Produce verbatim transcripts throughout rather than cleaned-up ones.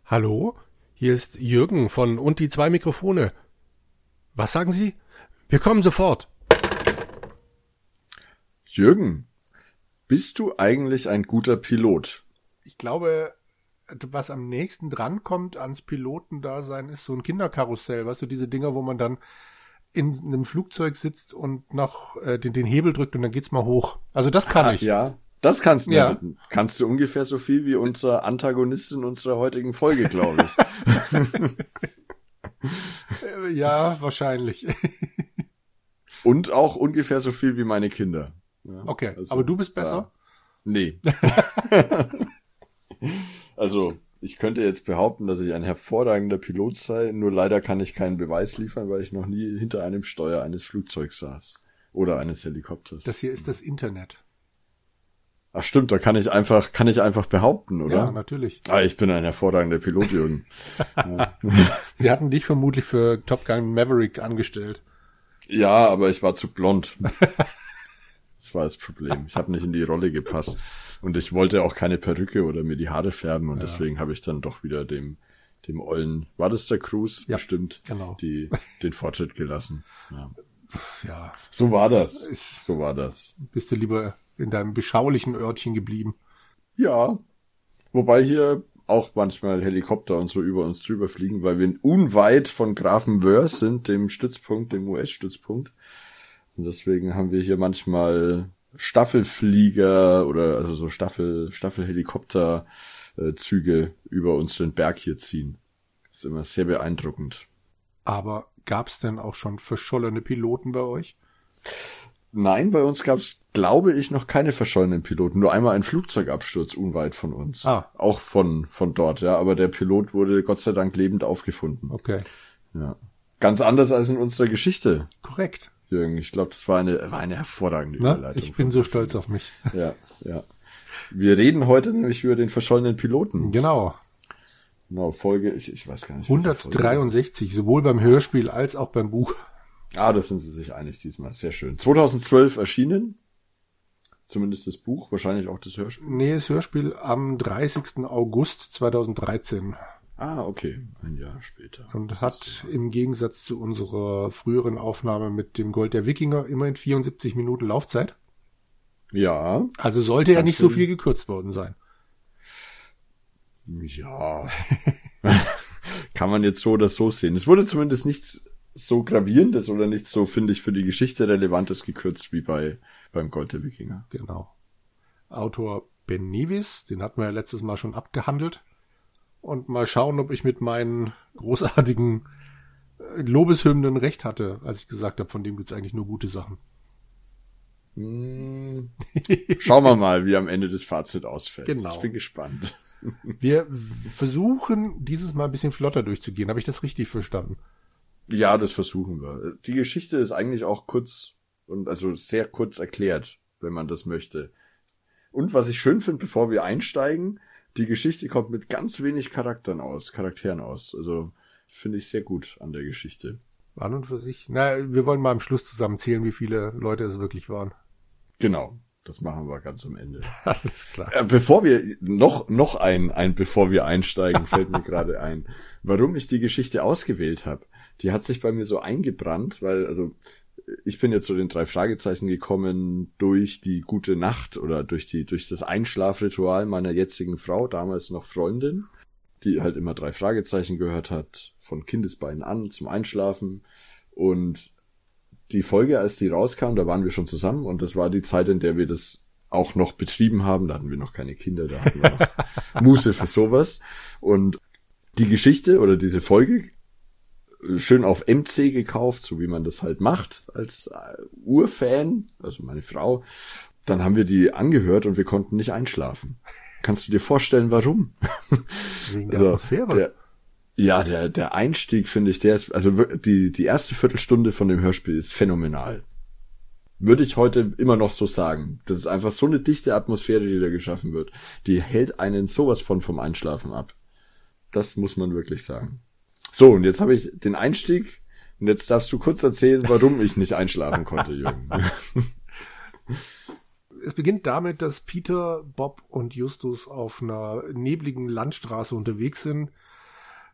Hallo? Hier ist Jürgen von Und die zwei Mikrofone. Was sagen Sie? Wir kommen sofort. Jürgen, bist du eigentlich ein guter Pilot? Ich glaube, was am nächsten drankommt ans Pilotendasein ist so ein Kinderkarussell. Weißt du, diese Dinger, wo man dann in einem Flugzeug sitzt und noch äh, den, den Hebel drückt und dann geht's mal hoch. Also das kann ich. Ja, das kannst du. Ja. Kannst du ungefähr so viel wie unser Antagonist in unserer heutigen Folge, glaube ich. Äh, ja, wahrscheinlich. Und auch ungefähr so viel wie meine Kinder. Ja, Okay, also, aber du bist besser? Ja. Nee. Also, ich könnte jetzt behaupten, dass ich ein hervorragender Pilot sei, nur leider kann ich keinen Beweis liefern, weil ich noch nie hinter einem Steuer eines Flugzeugs saß. Oder eines Helikopters. Das hier ist das Internet. Ach stimmt, da kann ich einfach, kann ich einfach behaupten, oder? Ja, natürlich. Ah, ich bin ein hervorragender Pilot, Jürgen. Ja. Sie hatten dich vermutlich für Top Gun Maverick angestellt. Ja, aber ich war zu blond. Das war das Problem. Ich habe nicht in die Rolle gepasst. Und ich wollte auch keine Perücke oder mir die Haare färben. Und ja. Deswegen habe ich dann doch wieder dem dem ollen, war das der Cruise? Ja, bestimmt, genau. die den Vortritt gelassen. Ja. Ja. So war das. So war das. Bist du lieber in deinem beschaulichen Örtchen geblieben? Ja. Wobei hier auch manchmal Helikopter und so über uns drüber fliegen, weil wir unweit von Grafenwöhr sind, dem Stützpunkt, dem U S-Stützpunkt. Und deswegen haben wir hier manchmal Staffelflieger oder also so Staffel Staffelhelikopterzüge über unseren Berg hier ziehen. Das ist immer sehr beeindruckend. Aber gab's denn auch schon verschollene Piloten bei euch? Nein, bei uns gab's, glaube ich, noch keine verschollenen Piloten. Nur einmal ein Flugzeugabsturz unweit von uns. Ah. Auch von von dort, ja. Aber der Pilot wurde Gott sei Dank lebend aufgefunden. Okay. Ja. Ganz anders als in unserer Geschichte. Korrekt. Jürgen, ich glaube, das war eine war eine hervorragende Na, Überleitung. ich bin so stolz auf mich. Ja, ja. Wir reden heute nämlich über den verschollenen Piloten. Genau. Genau, Folge, ich, ich weiß gar nicht. hundertdreiundsechzig, sowohl beim Hörspiel als auch beim Buch. Ah, da sind sie sich einig diesmal. Sehr schön. zweitausendzwölf erschienen. Zumindest das Buch, wahrscheinlich auch das Hörspiel. Nee, das Hörspiel am dreißigsten August zweitausenddreizehn. Ah, okay. Ein Jahr später. Und das hat im Gegensatz zu unserer früheren Aufnahme mit dem Gold der Wikinger immerhin vierundsiebzig Minuten Laufzeit. Ja. Also sollte ja nicht so viel gekürzt worden sein. Ja. Kann man jetzt so oder so sehen. Es wurde zumindest nichts so Gravierendes oder nichts so, finde ich, für die Geschichte Relevantes gekürzt wie bei beim Gold der Wikinger. Genau. Autor Ben Nevis, den hatten wir ja letztes Mal schon abgehandelt. Und mal schauen, ob ich mit meinen großartigen Lobeshymnen recht hatte, als ich gesagt habe, von dem gibt's eigentlich nur gute Sachen. Hm. Schauen wir mal, wie am Ende das Fazit ausfällt. Genau. Ich bin gespannt. Wir versuchen, dieses Mal ein bisschen flotter durchzugehen. Habe ich das richtig verstanden? Ja, das versuchen wir. Die Geschichte ist eigentlich auch kurz und also sehr kurz erklärt, wenn man das möchte. Und was ich schön finde, bevor wir einsteigen, die Geschichte kommt mit ganz wenig Charakteren aus, Charakteren aus. Also finde ich sehr gut an der Geschichte. An und für sich. Na, wir wollen mal am Schluss zusammenzählen, wie viele Leute es wirklich waren. Genau, das machen wir ganz am Ende. Alles klar. Äh, bevor wir noch noch ein ein bevor wir einsteigen, fällt mir gerade ein, warum ich die Geschichte ausgewählt habe. Die hat sich bei mir so eingebrannt, weil also ich bin jetzt zu den drei Fragezeichen gekommen durch die gute Nacht oder durch die durch das Einschlafritual meiner jetzigen Frau, damals noch Freundin, die halt immer drei Fragezeichen gehört hat, von Kindesbeinen an zum Einschlafen. Und die Folge, als die rauskam, da waren wir schon zusammen und das war die Zeit, in der wir das auch noch betrieben haben. Da hatten wir noch keine Kinder, da hatten wir noch Muße für sowas. Und die Geschichte oder diese Folge schön auf M C gekauft, so wie man das halt macht als Urfan, also meine Frau. Dann haben wir die angehört und wir konnten nicht einschlafen. Kannst du dir vorstellen, warum? Wegen der also, Atmosphäre. Der, ja, der der Einstieg, finde ich, der ist, also die die erste Viertelstunde von dem Hörspiel ist phänomenal. Würde ich heute immer noch so sagen. Das ist einfach so eine dichte Atmosphäre, die da geschaffen wird. Die hält einen sowas von vom Einschlafen ab. Das muss man wirklich sagen. So, und jetzt habe ich den Einstieg und jetzt darfst du kurz erzählen, warum ich nicht einschlafen konnte, Jürgen. Es beginnt damit, dass Peter, Bob und Justus auf einer nebligen Landstraße unterwegs sind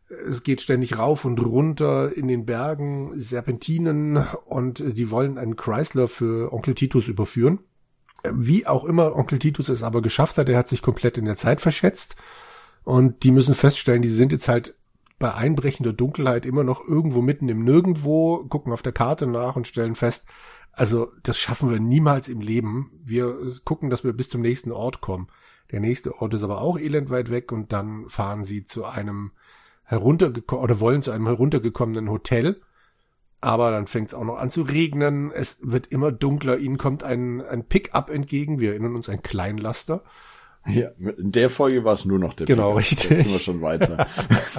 Es geht ständig rauf und runter in den Bergen, Serpentinen, und die wollen einen Chrysler für Onkel Titus überführen. Wie auch immer Onkel Titus es aber geschafft hat, er hat sich komplett in der Zeit verschätzt, und die müssen feststellen, die sind jetzt halt bei einbrechender Dunkelheit immer noch irgendwo mitten im Nirgendwo, gucken auf der Karte nach und stellen fest, also das schaffen wir niemals im Leben. Wir gucken, dass wir bis zum nächsten Ort kommen. Der nächste Ort ist aber auch elendweit weg, und dann fahren sie zu einem heruntergekommen oder wollen zu einem heruntergekommenen Hotel. Aber dann fängt es auch noch an zu regnen. Es wird immer dunkler. Ihnen kommt ein, ein Pick-up entgegen. Wir erinnern uns, ein Kleinlaster. Ja, in der Folge war es nur noch der Genau, Pick-up. richtig. Jetzt sind wir schon weiter.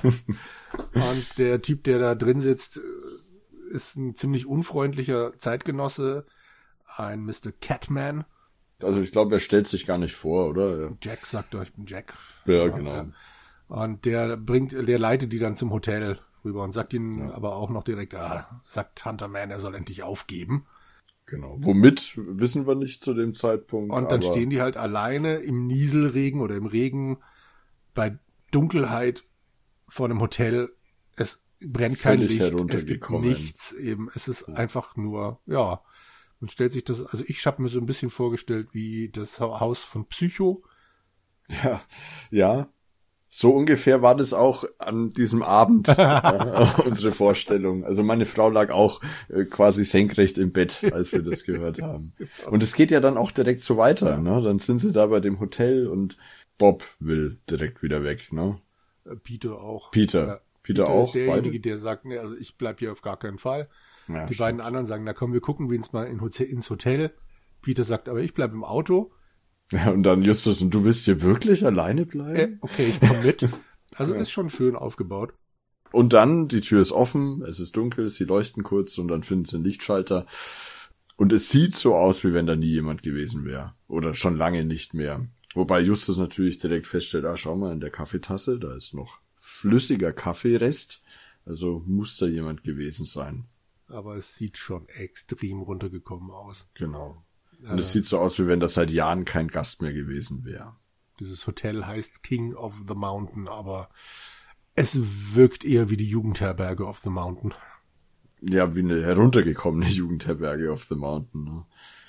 Und der Typ, der da drin sitzt, ist ein ziemlich unfreundlicher Zeitgenosse. Ein Mister Catman. Also ich glaube, er stellt sich gar nicht vor, oder? Ja. Jack sagt doch, ich bin Jack. Ja, genau. Und der bringt, der leitet die dann zum Hotel rüber und sagt ihnen Ja. aber auch noch direkt, ah, sagt Hunterman, er soll endlich aufgeben. Genau. Womit, wissen wir nicht zu dem Zeitpunkt. Und dann aber stehen die halt alleine im Nieselregen oder im Regen bei Dunkelheit vor einem Hotel. Es brennt kein Völlig Licht, es gibt heruntergekommen. nichts eben. Es ist einfach nur, ja, man stellt sich das, also ich habe mir so ein bisschen vorgestellt wie das Haus von Psycho. Ja, ja. So ungefähr war das auch an diesem Abend, äh, unsere Vorstellung. Also meine Frau lag auch äh, quasi senkrecht im Bett, als wir das gehört haben. Und es geht ja dann auch direkt so weiter, ne? Dann sind sie da bei dem Hotel und Bob will direkt wieder weg, ne? Peter auch. Peter. Ja. Peter, Peter auch. ist derjenige, beide? der sagt, nee, also ich bleib hier auf gar keinen Fall. Ja, Die stimmt. beiden anderen sagen, na komm, wir gucken wir uns mal in Hotel, ins Hotel. Peter sagt, aber ich bleib im Auto. Ja, und dann Justus, und du willst hier wirklich alleine bleiben? Äh, okay, ich komm mit. Also Ja. ist schon schön aufgebaut. Und dann, die Tür ist offen, es ist dunkel, sie leuchten kurz und dann finden sie einen Lichtschalter. Und es sieht so aus, wie wenn da nie jemand gewesen wäre. Oder schon lange nicht mehr. Wobei Justus natürlich direkt feststellt, ah, schau mal, in der Kaffeetasse, da ist noch flüssiger Kaffeerest. Also muss da jemand gewesen sein. Aber es sieht schon extrem runtergekommen aus. Genau. Und Also, es sieht so aus, wie wenn das seit Jahren kein Gast mehr gewesen wäre. dieses Hotel heißt King of the Mountain, aber es wirkt eher wie die Jugendherberge of the Mountain. Ja, wie eine heruntergekommene Jugendherberge of the Mountain. Ne?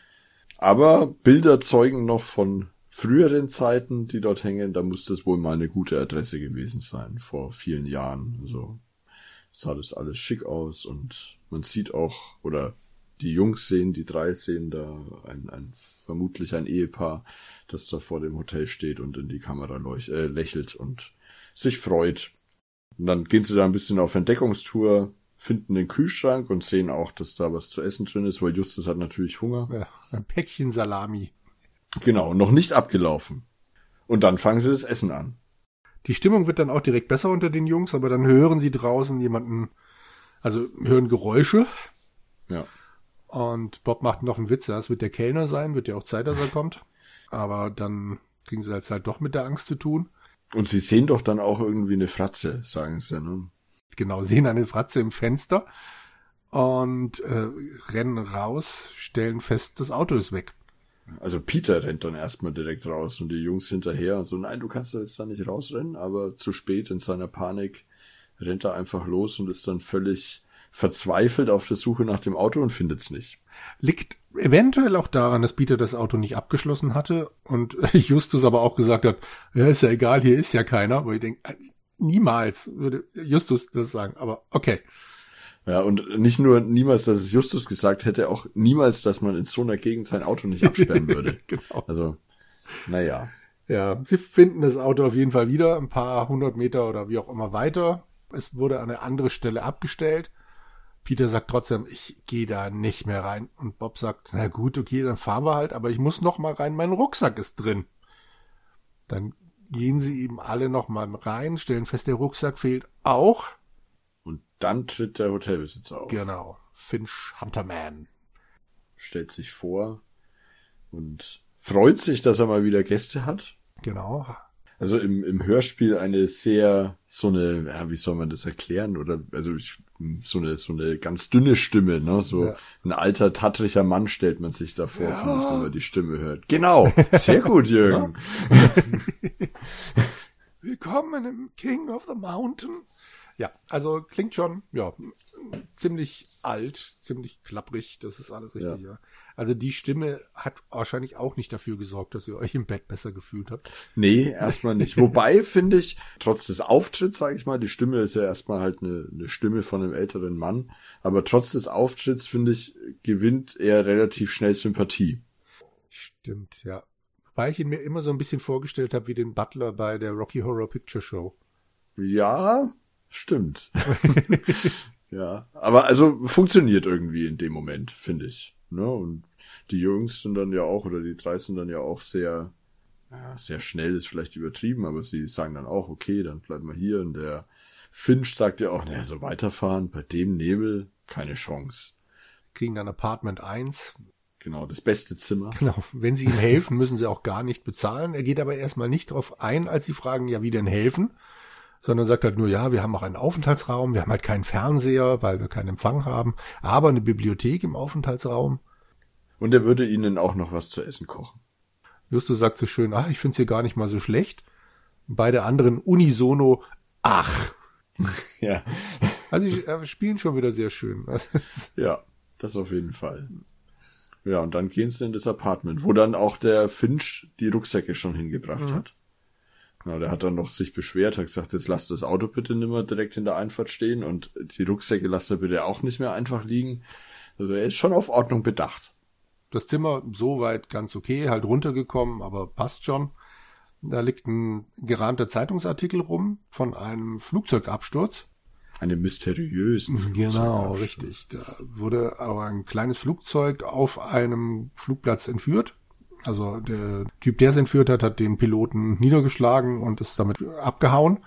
Aber Bilder zeugen noch von früheren Zeiten, die dort hängen. Da muss das wohl mal eine gute Adresse gewesen sein, vor vielen Jahren. Also sah das alles schick aus und man sieht auch, oder die Jungs sehen, die drei sehen da ein, ein vermutlich ein Ehepaar, das da vor dem Hotel steht und in die Kamera leuch- äh, lächelt und sich freut. Und dann gehen sie da ein bisschen auf Entdeckungstour, finden den Kühlschrank und sehen auch, dass da was zu essen drin ist, weil Justus hat natürlich Hunger. Ja, ein Päckchen Salami. Genau, noch nicht abgelaufen. Und dann fangen sie das Essen an. Die Stimmung wird dann auch direkt besser unter den Jungs, aber dann hören sie draußen jemanden, also hören Geräusche. Ja. Und Bob macht noch einen Witz, das wird der Kellner sein, wird ja auch Zeit, dass er kommt. Aber dann kriegen sie jetzt halt doch mit der Angst zu tun. Und sie sehen doch dann auch irgendwie eine Fratze, sagen sie, ne? Genau, sehen eine Fratze im Fenster und äh, rennen raus, stellen fest, das Auto ist weg. Also Peter rennt dann erstmal direkt raus und die Jungs hinterher und so, nein, du kannst jetzt da nicht rausrennen, aber zu spät in seiner Panik rennt er einfach los und ist dann völlig verzweifelt auf der Suche nach dem Auto und findet's nicht. Liegt eventuell auch daran, dass Peter das Auto nicht abgeschlossen hatte und Justus aber auch gesagt hat, ja, ist ja egal, hier ist ja keiner. Wo ich denke, niemals würde Justus das sagen, aber okay. Ja, und nicht nur niemals, dass es Justus gesagt hätte, auch niemals, dass man in so einer Gegend sein Auto nicht absperren würde. Genau. Also, naja. Ja, sie finden das Auto auf jeden Fall wieder, ein paar hundert Meter oder wie auch immer weiter. Es wurde an eine andere Stelle abgestellt. Peter sagt trotzdem, ich gehe da nicht mehr rein. Und Bob sagt, na gut, okay, dann fahren wir halt, aber ich muss noch mal rein, mein Rucksack ist drin. Dann gehen sie eben alle noch mal rein, stellen fest, der Rucksack fehlt auch. Und dann tritt der Hotelbesitzer auf. Genau, Finch Hunterman. Stellt sich vor und freut sich, dass er mal wieder Gäste hat. Genau. Also im, im Hörspiel eine sehr, so eine, ja, wie soll man das erklären? Oder, also ich, so eine, so eine ganz dünne Stimme, ne? So Ja. ein alter, tattricher Mann stellt man sich da vor, Ja. finde ich, wenn man die Stimme hört. Genau. Sehr gut, Jürgen. Willkommen im King of the Mountain. Ja, also klingt schon, ja, ziemlich alt, ziemlich klapprig, das ist alles richtig, ja. ja. Also die Stimme hat wahrscheinlich auch nicht dafür gesorgt, dass ihr euch im Bett besser gefühlt habt. Nee, erstmal nicht. Wobei, finde ich, trotz des Auftritts, sage ich mal, die Stimme ist ja erstmal halt eine, eine Stimme von einem älteren Mann, aber trotz des Auftritts, finde ich, gewinnt er relativ schnell Sympathie. Stimmt, ja. Wobei ich ihn mir immer so ein bisschen vorgestellt habe wie den Butler bei der Rocky Horror Picture Show. Ja, stimmt. Ja, aber also funktioniert irgendwie in dem Moment, finde ich. Ne? Und die Jungs sind dann ja auch, oder die drei sind dann ja auch sehr, ja, sehr schnell, ist vielleicht übertrieben, aber sie sagen dann auch, okay, dann bleiben wir hier. Und der Finch sagt ja auch, naja, so weiterfahren, bei dem Nebel, keine Chance. Kriegen dann Apartment eins. Genau, das beste Zimmer. Genau, wenn sie ihm helfen, müssen sie auch gar nicht bezahlen. Er geht aber erstmal nicht drauf ein, als sie fragen, ja, wie denn helfen? Sondern sagt halt nur, ja, wir haben auch einen Aufenthaltsraum, wir haben halt keinen Fernseher, weil wir keinen Empfang haben, aber eine Bibliothek im Aufenthaltsraum. Und er würde ihnen auch noch was zu essen kochen. Justus sagt so schön, ach, ich find's hier gar nicht mal so schlecht. Beide anderen unisono, ach. Ja. Also sie äh, spielen schon wieder sehr schön. Ja, das auf jeden Fall. Ja, und dann gehen sie in das Apartment, wo dann auch der Finch die Rucksäcke schon hingebracht mhm. hat. Genau, der hat dann noch sich beschwert, hat gesagt, jetzt lasst das Auto bitte nicht mehr direkt in der Einfahrt stehen und die Rucksäcke lasst er bitte auch nicht mehr einfach liegen. Also er ist schon auf Ordnung bedacht. Das Zimmer soweit ganz okay, halt runtergekommen, aber passt schon. Da liegt ein gerahmter Zeitungsartikel rum von einem Flugzeugabsturz. Einem mysteriösen Flugzeugabsturz. Genau, richtig. Da wurde aber ein kleines Flugzeug auf einem Flugplatz entführt. Also der Typ, der es entführt hat, hat den Piloten niedergeschlagen und ist damit abgehauen.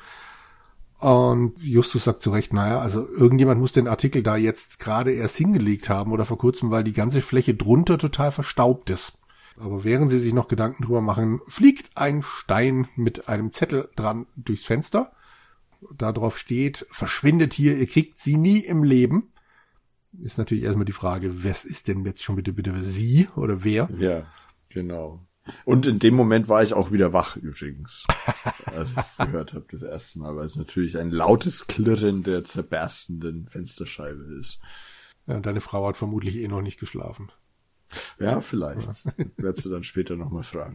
Und Justus sagt zu Recht, naja, also irgendjemand muss den Artikel da jetzt gerade erst hingelegt haben oder vor kurzem, weil die ganze Fläche drunter total verstaubt ist. Aber während sie sich noch Gedanken drüber machen, fliegt ein Stein mit einem Zettel dran durchs Fenster. Darauf steht, verschwindet hier, ihr kriegt sie nie im Leben. Ist natürlich erstmal die Frage, was ist denn jetzt schon bitte, bitte sie oder wer? Ja. Genau. Und in dem Moment war ich auch wieder wach übrigens, als ich es gehört habe das erste Mal, weil es natürlich ein lautes Klirren der zerberstenden Fensterscheibe ist. Ja, und deine Frau hat vermutlich eh noch nicht geschlafen. Ja, vielleicht. Ja. Werdest du dann später nochmal fragen.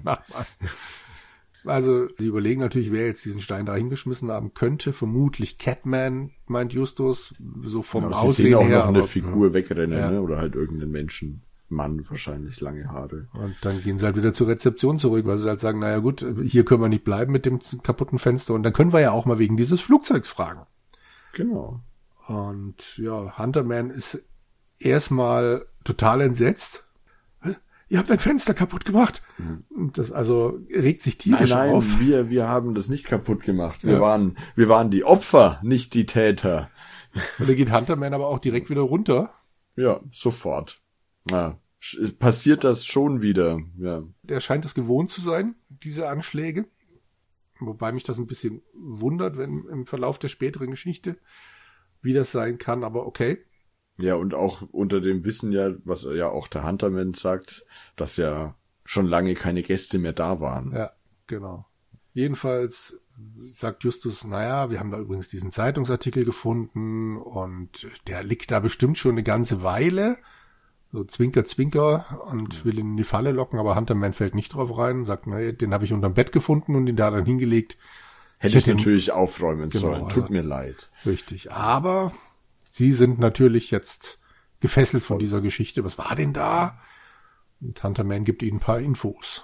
Also, sie überlegen natürlich, wer jetzt diesen Stein da hingeschmissen haben könnte. Vermutlich Catman, meint Justus, so vom ja, Aussehen sie sehen auch her. noch eine aber, Figur ja. wegrennen, ja. ne? Oder halt irgendeinen Menschen. Mann, wahrscheinlich lange Haare. Und dann gehen sie halt wieder zur Rezeption zurück, weil sie halt sagen, naja gut, hier können wir nicht bleiben mit dem kaputten Fenster und dann können wir ja auch mal wegen dieses Flugzeugs fragen. Genau. Und ja, Hunterman ist erstmal total entsetzt. Ihr habt ein Fenster kaputt gemacht. Mhm. Das also regt sich tierisch nein, nein, auf. Nein, wir, wir haben das nicht kaputt gemacht. Wir ja. waren, wir waren die Opfer, nicht die Täter. Und dann geht Hunterman aber auch direkt wieder runter. Ja, sofort. Ja, passiert das schon wieder, ja. Der scheint es gewohnt zu sein, diese Anschläge. Wobei mich das ein bisschen wundert, wenn im Verlauf der späteren Geschichte, wie das sein kann, aber okay. Ja, und auch unter dem Wissen ja, was ja auch der Hunterman sagt, dass ja schon lange keine Gäste mehr da waren. Ja, genau. Jedenfalls sagt Justus, naja, wir haben da übrigens diesen Zeitungsartikel gefunden und der liegt da bestimmt schon eine ganze Weile. So Zwinker, Zwinker und will ihn in die Falle locken, aber Hunterman fällt nicht drauf rein, sagt, naja, den habe ich unterm Bett gefunden und ihn da dann hingelegt. Hätte ich, ich natürlich ihn, aufräumen genau, sollen, tut also, mir leid. Richtig, aber sie sind natürlich jetzt gefesselt von dieser Geschichte. Was war denn da? Und Hunterman gibt ihnen ein paar Infos.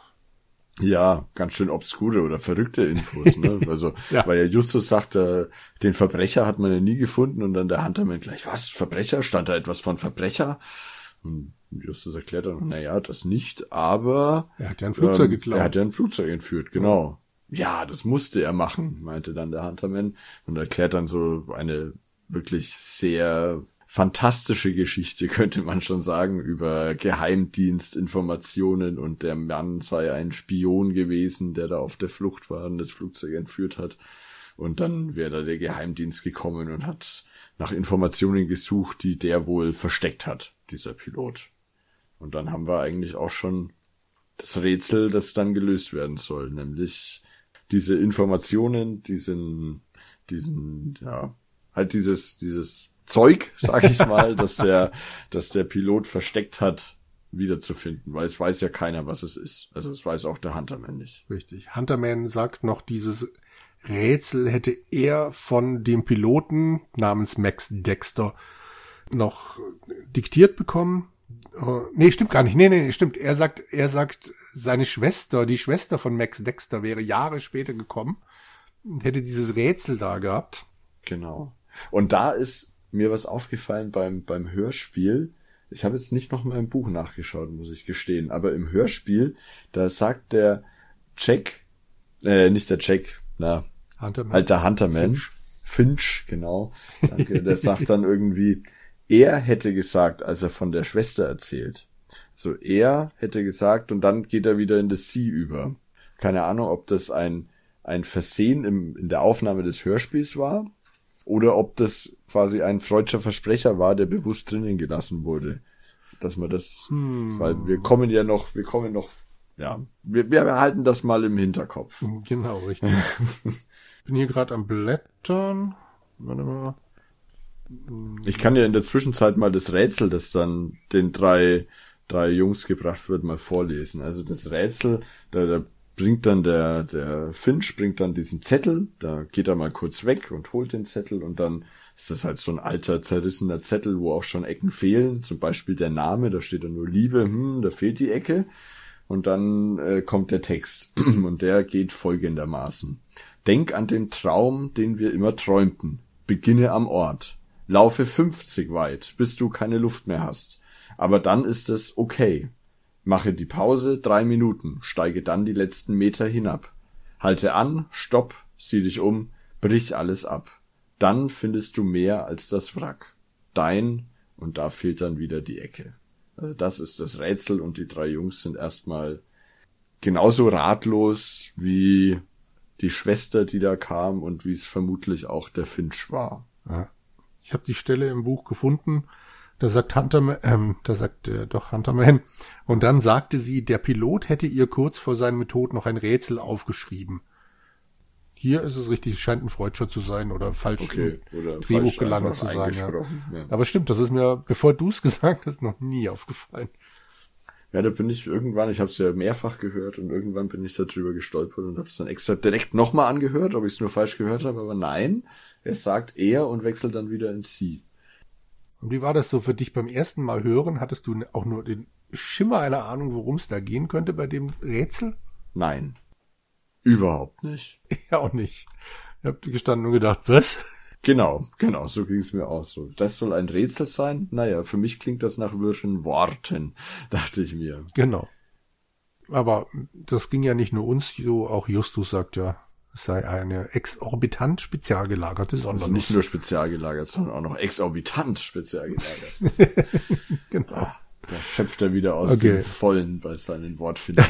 Ja, ganz schön obskure oder verrückte Infos, ne? Also, ja. Weil ja Justus sagt, äh, den Verbrecher hat man ja nie gefunden und dann der Hunterman gleich, was, Verbrecher? Stand da etwas von Verbrecher? Und Justus erklärt dann, naja, das nicht, aber er hat ja ein Flugzeug ähm, geklaut. Er hat ja ein Flugzeug entführt, genau. Ja, das musste er machen, meinte dann der Hunterman und erklärt dann so eine wirklich sehr fantastische Geschichte, könnte man schon sagen, über Geheimdienstinformationen und der Mann sei ein Spion gewesen, der da auf der Flucht war und das Flugzeug entführt hat. Und dann wäre da der Geheimdienst gekommen und hat nach Informationen gesucht, die der wohl versteckt hat, dieser Pilot. Und dann haben wir eigentlich auch schon das Rätsel, das dann gelöst werden soll, nämlich diese Informationen, diesen, diesen, ja, halt dieses, dieses Zeug, sag ich mal, dass der, dass der Pilot versteckt hat, wiederzufinden, weil es weiß ja keiner, was es ist. Also es weiß auch der Hunterman nicht. Richtig. Hunterman sagt noch, dieses Rätsel hätte er von dem Piloten namens Max Dexter noch diktiert bekommen. Uh, nee, stimmt gar nicht. Nee, nee, stimmt. Er sagt, er sagt, seine Schwester, die Schwester von Max Dexter wäre Jahre später gekommen und hätte dieses Rätsel da gehabt. Genau. Und da ist mir was aufgefallen beim, beim Hörspiel. Ich habe jetzt nicht noch mal im Buch nachgeschaut, muss ich gestehen. Aber im Hörspiel, da sagt der Jack, äh, nicht der Jack, na, Hunterman. halt der Hunterman. Finch. Finch, genau. Danke. Der sagt dann irgendwie, er hätte gesagt, als er von der Schwester erzählt. So, er hätte gesagt und dann geht er wieder in das Sie über. Keine Ahnung, ob das ein, ein Versehen im, in der Aufnahme des Hörspiels war oder ob das quasi ein freudscher Versprecher war, der bewusst drinnen gelassen wurde. Dass man das, hm. weil wir kommen ja noch, wir kommen noch, ja, wir, wir behalten das mal im Hinterkopf. Genau, richtig. Ich bin hier gerade am Blättern. Warte mal. Ich kann ja in der Zwischenzeit mal das Rätsel, das dann den drei, drei Jungs gebracht wird, mal vorlesen. Also das Rätsel, da, da bringt dann der, der Finch bringt dann diesen Zettel, da geht er mal kurz weg und holt den Zettel und dann ist das halt so ein alter, zerrissener Zettel, wo auch schon Ecken fehlen. Zum Beispiel der Name, da steht dann nur Liebe, hm, da fehlt die Ecke. Und dann äh, kommt der Text und der geht folgendermaßen. Denk an den Traum, den wir immer träumten. Beginne am Ort. Laufe fünfzig weit, bis du keine Luft mehr hast. Aber dann ist es okay. Mache die Pause drei Minuten, steige dann die letzten Meter hinab. Halte an, stopp, sieh dich um, brich alles ab. Dann findest du mehr als das Wrack. Dein, und da fehlt dann wieder die Ecke. Also das ist das Rätsel und die drei Jungs sind erstmal genauso ratlos wie die Schwester, die da kam und wie es vermutlich auch der Finch war. Ja. Ich habe die Stelle im Buch gefunden, da sagt Hunterman, ähm, da sagt äh, doch Hunterman, und dann sagte sie, der Pilot hätte ihr kurz vor seinem Tod noch ein Rätsel aufgeschrieben. Hier ist es richtig, es scheint ein Freudscher zu sein oder falsch okay, im oder Drehbuch falsch gelandet zu sein. Ja. Ja. Aber stimmt, das ist mir, bevor du es gesagt hast, noch nie aufgefallen. Ja, da bin ich irgendwann, ich habe es ja mehrfach gehört und irgendwann bin ich darüber gestolpert und habe es dann extra direkt nochmal angehört, ob ich es nur falsch gehört habe, aber nein, er sagt er und wechselt dann wieder ins Sie. Und wie war das so für dich beim ersten Mal hören? Hattest du auch nur den Schimmer einer Ahnung, worum es da gehen könnte bei dem Rätsel? Nein, überhaupt nicht. Ja, auch nicht. Ich habe gestanden und gedacht, was? Genau, genau, so ging es mir auch so. Das soll ein Rätsel sein? Naja, für mich klingt das nach wirren Worten, dachte ich mir. Genau. Aber das ging ja nicht nur uns so, auch Justus sagt ja, es sei eine exorbitant spezial gelagerte Sondernuss. Also nicht nur spezial gelagert, sondern auch noch exorbitant spezial gelagert. Genau. Ah, da schöpft er wieder aus okay. dem Vollen bei seinen Wortfindungen.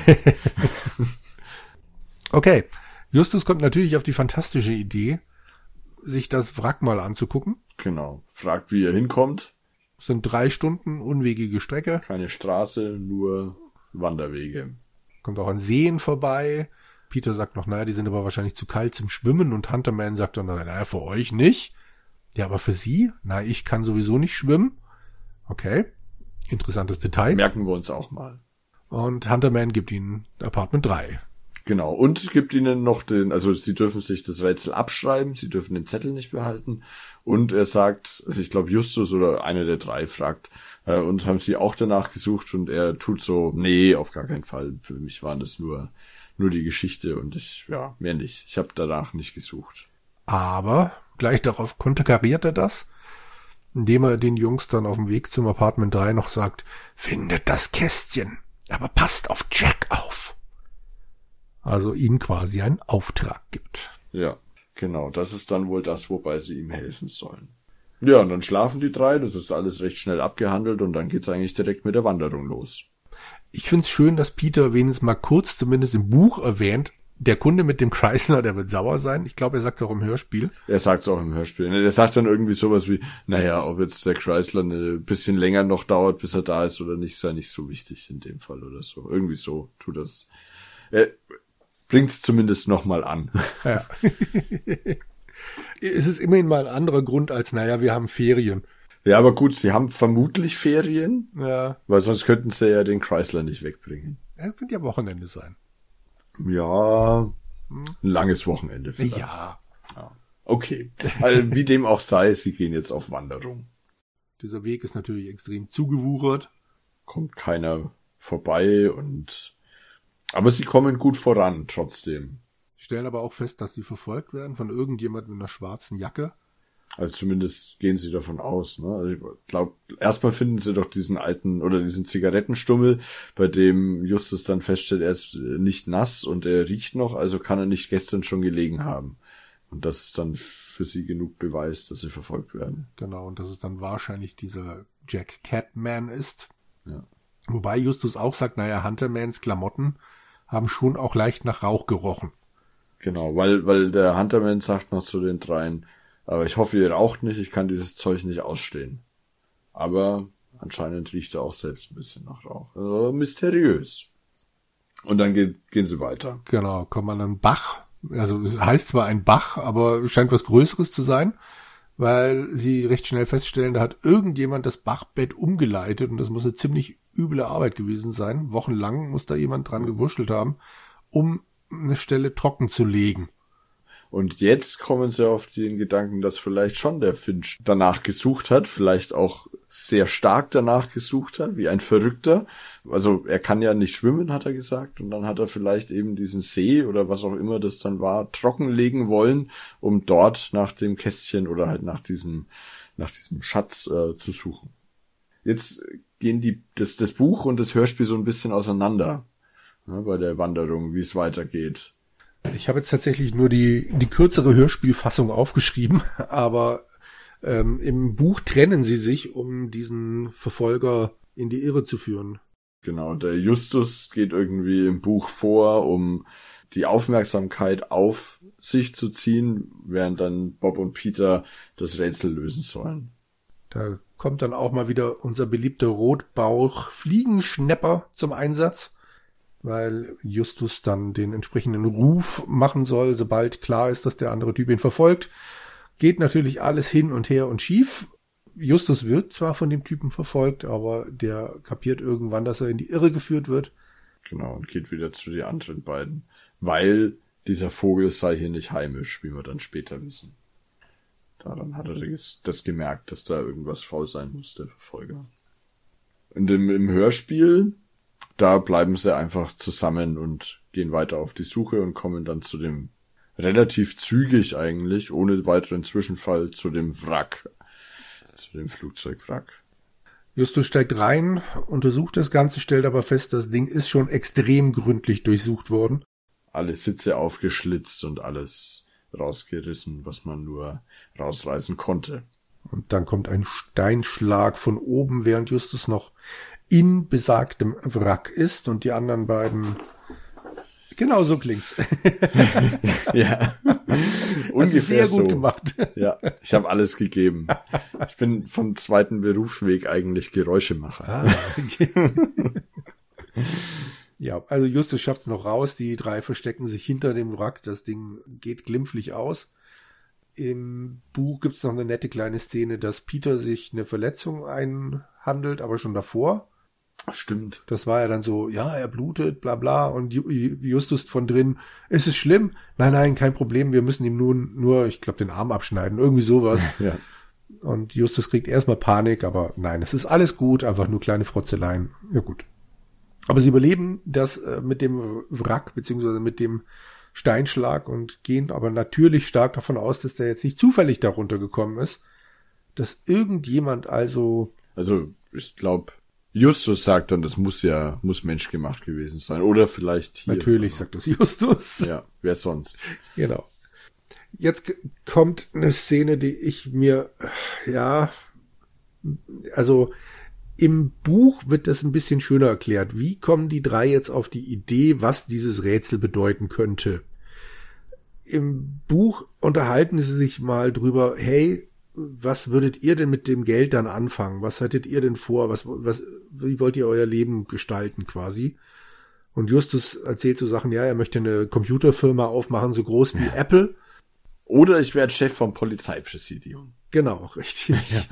Okay, Justus kommt natürlich auf die fantastische Idee, sich das Wrack mal anzugucken. Genau. Fragt, wie er hinkommt. Es sind drei Stunden unwegige Strecke. Keine Straße, nur Wanderwege. Kommt auch an Seen vorbei. Peter sagt noch, naja, die sind aber wahrscheinlich zu kalt zum Schwimmen. Und Hunterman sagt dann, naja, für euch nicht. Ja, aber für sie? Na, ich kann sowieso nicht schwimmen. Okay. Interessantes Detail. Merken wir uns auch mal. Und Hunterman gibt ihnen Apartment drei. Genau, und gibt ihnen noch den, also sie dürfen sich das Rätsel abschreiben, sie dürfen den Zettel nicht behalten und er sagt, also ich glaube Justus oder einer der drei fragt, äh, und haben sie auch danach gesucht und er tut so, nee, auf gar keinen Fall, für mich waren das nur nur die Geschichte und ich, ja, mehr nicht, ich habe danach nicht gesucht. Aber gleich darauf konterkariert er das, indem er den Jungs dann auf dem Weg zum Apartment drei noch sagt, findet das Kästchen, aber passt auf Jack auf. Also ihnen quasi einen Auftrag gibt. Ja, genau. Das ist dann wohl das, wobei sie ihm helfen sollen. Ja, und dann schlafen die drei. Das ist alles recht schnell abgehandelt und dann geht's eigentlich direkt mit der Wanderung los. Ich find's schön, dass Peter wenigstens mal kurz, zumindest im Buch erwähnt, der Kunde mit dem Chrysler, der wird sauer sein. Ich glaube, er sagt es auch im Hörspiel. Er sagt es auch im Hörspiel. Er sagt dann irgendwie sowas wie, naja, ob jetzt der Chrysler ein bisschen länger noch dauert, bis er da ist oder nicht, sei nicht so wichtig in dem Fall oder so. Irgendwie so tut das. Er bringt's zumindest nochmal an. Ja. Es ist immerhin mal ein anderer Grund als, naja, wir haben Ferien. Ja, aber gut, sie haben vermutlich Ferien, Ja. weil sonst könnten sie ja den Chrysler nicht wegbringen. Es könnte ja Wochenende sein. Ja, ein langes Wochenende vielleicht. Ja. Ja. Okay, also, wie dem auch sei, sie gehen jetzt auf Wanderung. Dieser Weg ist natürlich extrem zugewuchert. Kommt keiner vorbei und aber sie kommen gut voran trotzdem. Stellen aber auch fest, dass sie verfolgt werden von irgendjemand mit einer schwarzen Jacke. Also zumindest gehen sie davon aus. Ne? Also ich glaube, erstmal finden sie doch diesen alten oder diesen Zigarettenstummel, bei dem Justus dann feststellt, er ist nicht nass und er riecht noch, also kann er nicht gestern schon gelegen haben. Und das ist dann für sie genug Beweis, dass sie verfolgt werden. Genau, und dass es dann wahrscheinlich dieser Jack Catman ist. Ja. Wobei Justus auch sagt, naja, Huntermans Klamotten haben schon auch leicht nach Rauch gerochen. Genau, weil weil der Hunterman sagt noch zu den dreien, aber ich hoffe, ihr raucht nicht, ich kann dieses Zeug nicht ausstehen. Aber anscheinend riecht er auch selbst ein bisschen nach Rauch. Also mysteriös. Und dann geht, gehen sie weiter. Genau, kommt man an einen Bach. Also es heißt zwar ein Bach, aber scheint was Größeres zu sein, weil sie recht schnell feststellen, da hat irgendjemand das Bachbett umgeleitet und das muss eine ziemlich üble Arbeit gewesen sein. Wochenlang muss da jemand dran gewurschtelt haben, um eine Stelle trocken zu legen. Und jetzt kommen sie auf den Gedanken, dass vielleicht schon der Finch danach gesucht hat, vielleicht auch sehr stark danach gesucht hat, wie ein Verrückter. Also er kann ja nicht schwimmen, hat er gesagt, und dann hat er vielleicht eben diesen See oder was auch immer das dann war, trockenlegen wollen, um dort nach dem Kästchen oder halt nach diesem, nach diesem Schatz äh, zu suchen. Jetzt gehen die, das, das Buch und das Hörspiel so ein bisschen auseinander, ne, bei der Wanderung, wie es weitergeht. Ich habe jetzt tatsächlich nur die, die kürzere Hörspielfassung aufgeschrieben, aber ähm, im Buch trennen sie sich, um diesen Verfolger in die Irre zu führen. Genau, der Justus geht irgendwie im Buch vor, um die Aufmerksamkeit auf sich zu ziehen, während dann Bob und Peter das Rätsel lösen sollen. Da kommt dann auch mal wieder unser beliebter Rotbauch-Fliegenschnepper zum Einsatz, weil Justus dann den entsprechenden Ruf machen soll, sobald klar ist, dass der andere Typ ihn verfolgt. Geht natürlich alles hin und her und schief. Justus wird zwar von dem Typen verfolgt, aber der kapiert irgendwann, dass er in die Irre geführt wird. Genau, und geht wieder zu den anderen beiden, weil dieser Vogel sei hier nicht heimisch, wie wir dann später wissen. Daran hat er das, das gemerkt, dass da irgendwas faul sein muss, der Verfolger. Und im, im Hörspiel, da bleiben sie einfach zusammen und gehen weiter auf die Suche und kommen dann zu dem, relativ zügig eigentlich, ohne weiteren Zwischenfall, zu dem Wrack, zu dem Flugzeugwrack. Justus steigt rein, untersucht das Ganze, stellt aber fest, das Ding ist schon extrem gründlich durchsucht worden. Alle Sitze aufgeschlitzt und alles rausgerissen, was man nur rausreißen konnte. Und dann kommt ein Steinschlag von oben, während Justus noch in besagtem Wrack ist und die anderen beiden... Genau so klingt's. Ja, ungefähr sehr gut so. gemacht. Ja, ich habe alles gegeben. Ich bin vom zweiten Berufsweg eigentlich Geräuschemacher. Ah, okay. Ja, also Justus schafft's noch raus. Die drei verstecken sich hinter dem Wrack. Das Ding geht glimpflich aus. Im Buch gibt's noch eine nette kleine Szene, dass Peter sich eine Verletzung einhandelt, aber schon davor. Stimmt. Das war ja dann so, ja, er blutet, bla bla, und Justus von drin, ist es schlimm? Nein, nein, kein Problem, wir müssen ihm nun nur, ich glaube, den Arm abschneiden, irgendwie sowas. Ja. Und Justus kriegt erstmal Panik, aber nein, es ist alles gut, einfach nur kleine Frotzeleien. Ja gut. Aber sie überleben das äh, mit dem Wrack, beziehungsweise mit dem Steinschlag und gehen aber natürlich stark davon aus, dass der jetzt nicht zufällig darunter gekommen ist, dass irgendjemand also... Also, ich glaube... Justus sagt dann, das muss ja, muss menschgemacht gewesen sein. Oder vielleicht hier. Natürlich sagt das Justus. Ja, wer sonst? Genau. Jetzt k- kommt eine Szene, die ich mir, ja, also im Buch wird das ein bisschen schöner erklärt. Wie kommen die drei jetzt auf die Idee, was dieses Rätsel bedeuten könnte? Im Buch unterhalten sie sich mal drüber, hey, was würdet ihr denn mit dem Geld dann anfangen? Was hattet ihr denn vor? Was, was, wie wollt ihr euer Leben gestalten quasi? Und Justus erzählt so Sachen, ja, er möchte eine Computerfirma aufmachen, so groß wie Apple. Oder ich werde Chef vom Polizeipräsidium. Genau, richtig. Ja.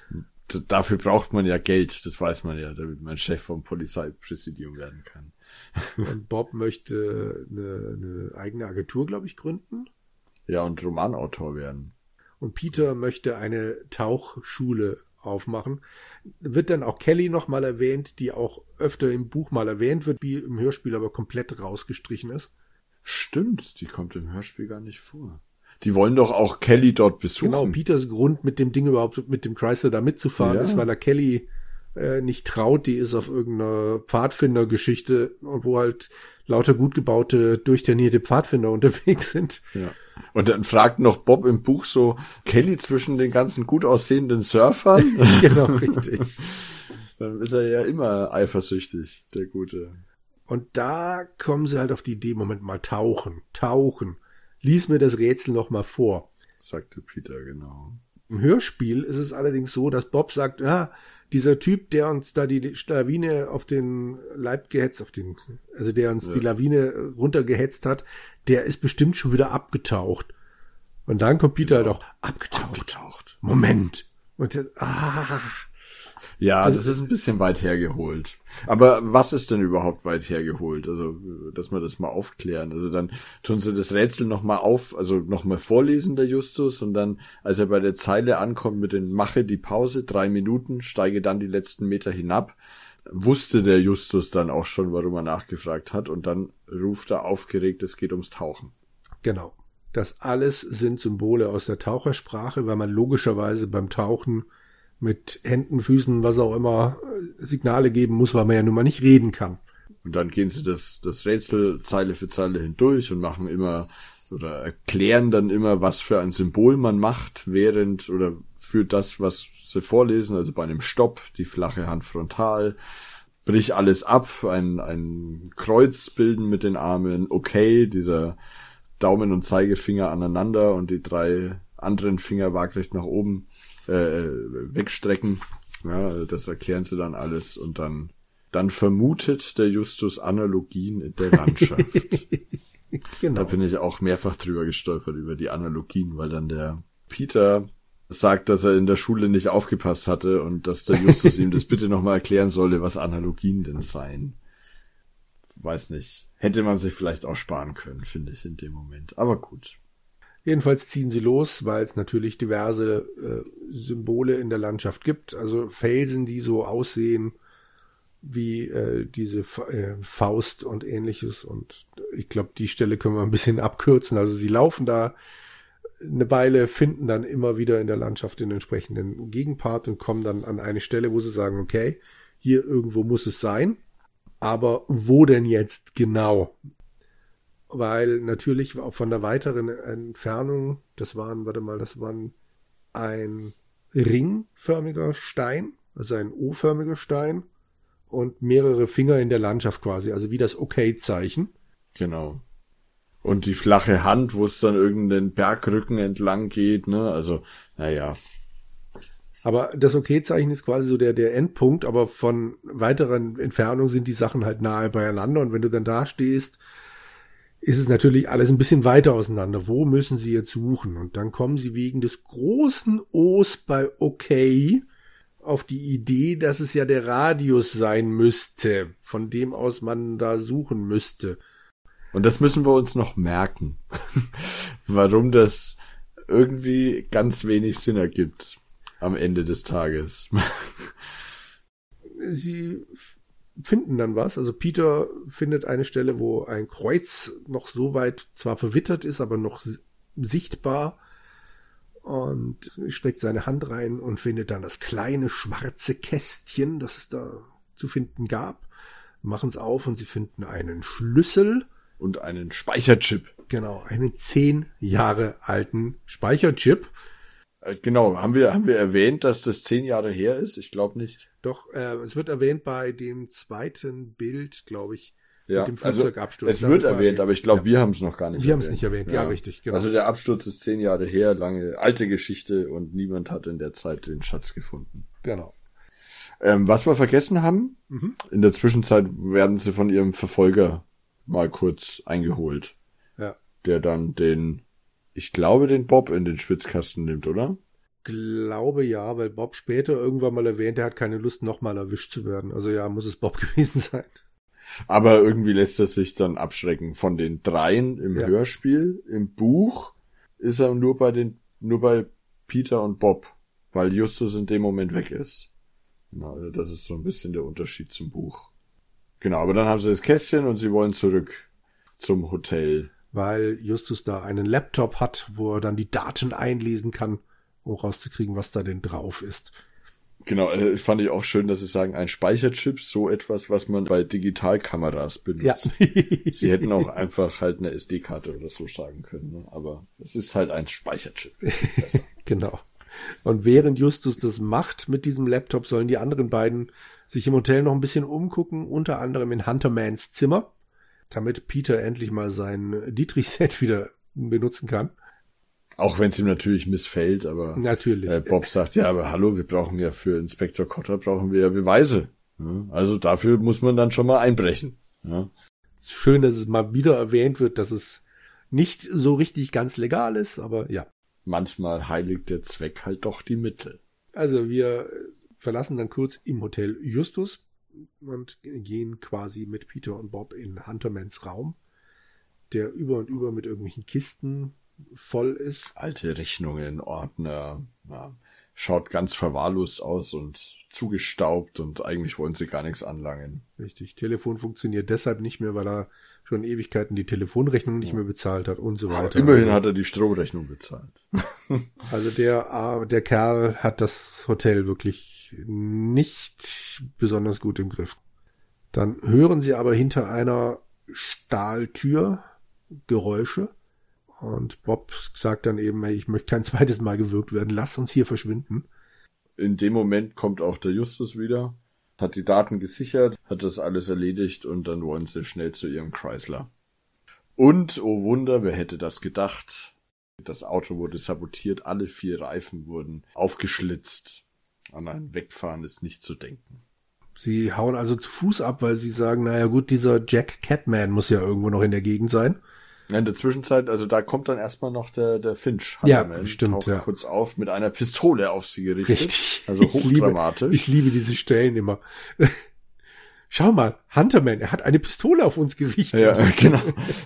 D- dafür braucht man ja Geld, das weiß man ja, damit man Chef vom Polizeipräsidium werden kann. Und Bob möchte eine, eine eigene Agentur, glaube ich, gründen. Ja, und Romanautor werden. Und Peter möchte eine Tauchschule aufmachen. Wird dann auch Kelly nochmal erwähnt, die auch öfter im Buch mal erwähnt wird, wie im Hörspiel aber komplett rausgestrichen ist. Stimmt, die kommt im Hörspiel gar nicht vor. Die wollen doch auch Kelly dort besuchen. Genau, Peters Grund, mit dem Ding überhaupt, mit dem Chrysler da mitzufahren, Ja. ist, weil er Kelly äh, nicht traut. Die ist auf irgendeiner Pfadfindergeschichte, wo halt lauter gut gebaute, durchtrainierte Pfadfinder unterwegs sind. Ja. Und dann fragt noch Bob im Buch so, Kelly zwischen den ganzen gut aussehenden Surfern? Genau, richtig. Dann ist er ja immer eifersüchtig, der Gute. Und da kommen sie halt auf die Idee, Moment mal, tauchen, tauchen. Lies mir das Rätsel noch mal vor. Sagte Peter, genau. Im Hörspiel ist es allerdings so, dass Bob sagt, ja, dieser Typ, der uns da die Lawine auf den Leib gehetzt, auf den, also der uns Ja. die Lawine runtergehetzt hat, der ist bestimmt schon wieder abgetaucht. Und dann kommt Peter Genau. halt auch, abgetaucht. Abgetaucht. Moment. Und der, ah, Ja, Das- das ist ein bisschen weit hergeholt. Aber was ist denn überhaupt weit hergeholt? Also, dass wir das mal aufklären. Also dann tun sie das Rätsel nochmal auf, also nochmal vorlesen, der Justus, und dann, als er bei der Zeile ankommt mit den Mache die Pause, drei Minuten, steige dann die letzten Meter hinab, wusste der Justus dann auch schon, warum er nachgefragt hat, und dann ruft er aufgeregt, es geht ums Tauchen. genau. Das alles sind Symbole aus der Tauchersprache, weil man logischerweise beim Tauchen mit Händen, Füßen, was auch immer, äh, Signale geben muss, weil man ja nun mal nicht reden kann. Und dann gehen sie das, das Rätsel Zeile für Zeile hindurch und machen immer oder erklären dann immer, was für ein Symbol man macht, während oder für das, was sie vorlesen, also bei einem Stopp, die flache Hand frontal, brich alles ab, ein, ein Kreuz bilden mit den Armen, okay, dieser Daumen und Zeigefinger aneinander und die drei anderen Finger waagrecht nach oben äh, wegstrecken. Ja, das erklären sie dann alles und dann dann vermutet der Justus Analogien in der Landschaft. Genau. Da bin ich auch mehrfach drüber gestolpert, über die Analogien, weil dann der Peter sagt, dass er in der Schule nicht aufgepasst hatte und dass der Justus ihm das bitte nochmal erklären solle, was Analogien denn seien. Weiß nicht. Hätte man sich vielleicht auch sparen können, finde ich, in dem Moment. Aber gut. Jedenfalls ziehen sie los, weil es natürlich diverse äh, Symbole in der Landschaft gibt. Also Felsen, die so aussehen wie äh, diese Fa- äh, Faust und ähnliches. Und ich glaube, die Stelle können wir ein bisschen abkürzen. Also sie laufen da eine Weile, finden dann immer wieder in der Landschaft den entsprechenden Gegenpart und kommen dann an eine Stelle, wo sie sagen, okay, hier irgendwo muss es sein. Aber wo denn jetzt genau? Weil natürlich auch von der weiteren Entfernung, das waren, warte mal, das waren ein ringförmiger Stein, also ein O-förmiger Stein und mehrere Finger in der Landschaft quasi, also wie das Okay-Zeichen. Genau. Und die flache Hand, wo es dann irgendeinen Bergrücken entlang geht, ne, also, naja. Aber das Okay-Zeichen ist quasi so der, der Endpunkt, aber von weiteren Entfernung sind die Sachen halt nahe beieinander und wenn du dann da stehst, ist es natürlich alles ein bisschen weiter auseinander. Wo müssen sie jetzt suchen? Und dann kommen sie wegen des großen O's bei Okay auf die Idee, dass es ja der Radius sein müsste, von dem aus man da suchen müsste. Und das müssen wir uns noch merken. Warum das irgendwie ganz wenig Sinn ergibt am Ende des Tages. Sie finden dann was. Also Peter findet eine Stelle, wo ein Kreuz noch so weit zwar verwittert ist, aber noch sichtbar und streckt seine Hand rein und findet dann das kleine schwarze Kästchen, das es da zu finden gab. Machen es auf und sie finden einen Schlüssel. Und einen Speicherchip. Genau, einen zehn Jahre alten Speicherchip. Äh, genau, haben wir, haben wir erwähnt, dass das zehn Jahre her ist? Ich glaube nicht. Doch, äh, es wird erwähnt bei dem zweiten Bild, glaube ich, Ja, mit dem also Flugzeugabsturz. es wird Da erwähnt, war- aber ich glaube, ja. wir haben es noch gar nicht Wir haben es nicht erwähnt, ja, richtig, genau. Also der Absturz ist zehn Jahre her, lange alte Geschichte und niemand hat in der Zeit den Schatz gefunden. Genau. Ähm, was wir vergessen haben, Mhm. in der Zwischenzeit werden sie von ihrem Verfolger mal kurz eingeholt, Ja. der dann den ich glaube, den Bob in den Schwitzkasten nimmt, oder? Glaube ja, weil Bob später irgendwann mal erwähnt, er hat keine Lust, nochmal erwischt zu werden. Also ja, muss es Bob gewesen sein. Aber irgendwie lässt er sich dann abschrecken von den dreien im ja. Hörspiel. Im Buch ist er nur bei den, nur bei Peter und Bob, weil Justus in dem Moment weg ist. Genau, also das ist so ein bisschen der Unterschied zum Buch. Genau, aber dann haben sie das Kästchen und sie wollen zurück zum Hotel. Weil Justus da einen Laptop hat, wo er dann die Daten einlesen kann, um rauszukriegen, was da denn drauf ist. Genau, äh, fand ich auch schön, dass sie sagen, ein Speicherchip, so etwas, was man bei Digitalkameras benutzt. Ja. Sie hätten auch einfach halt eine S D-Karte oder so sagen können, ne? Aber es ist halt ein Speicherchip. Genau. Und während Justus das macht mit diesem Laptop, sollen die anderen beiden sich im Hotel noch ein bisschen umgucken, unter anderem in Huntermans Zimmer, damit Peter endlich mal sein Dietrich-Set wieder benutzen kann. Auch wenn es ihm natürlich missfällt, aber natürlich. Äh, Bob sagt, ja, aber hallo, wir brauchen ja für Inspektor Cotter brauchen wir ja Beweise. Ja, also dafür muss man dann schon mal einbrechen. Ja. Schön, dass es mal wieder erwähnt wird, dass es nicht so richtig ganz legal ist, aber ja. Manchmal heiligt der Zweck halt doch die Mittel. Also wir verlassen dann kurz im Hotel Justus und gehen quasi mit Peter und Bob in Huntermans Raum, der über und über mit irgendwelchen Kisten voll ist. Alte Rechnungen, Ordner, ja, schaut ganz verwahrlost aus und zugestaubt und eigentlich wollen sie gar nichts anlangen. Richtig, Telefon funktioniert deshalb nicht mehr, weil er schon Ewigkeiten die Telefonrechnung nicht ja. mehr bezahlt hat und so weiter. Aber immerhin also, hat er die Stromrechnung bezahlt. Also der, der Kerl hat das Hotel wirklich nicht besonders gut im Griff. Dann hören sie aber hinter einer Stahltür Geräusche. Und Bob sagt dann eben, hey, ich möchte kein zweites Mal gewürgt werden, lass uns hier verschwinden. In dem Moment kommt auch der Justus wieder, hat die Daten gesichert, hat das alles erledigt und dann wollen sie schnell zu ihrem Chrysler. Und, oh Wunder, wer hätte das gedacht? Das Auto wurde sabotiert, alle vier Reifen wurden aufgeschlitzt. An ein Wegfahren ist nicht zu denken. Sie hauen also zu Fuß ab, weil sie sagen, naja gut, dieser Jack Catman muss ja irgendwo noch in der Gegend sein. In der Zwischenzeit, also da kommt dann erstmal noch der, der Finch. Ja, man, stimmt, taucht ja. kurz auf mit einer Pistole auf sie gerichtet. Richtig. Also hochdramatisch. Ich liebe, ich liebe diese Stellen immer. Schau mal, Hunterman, er hat eine Pistole auf uns gerichtet. Ja, genau.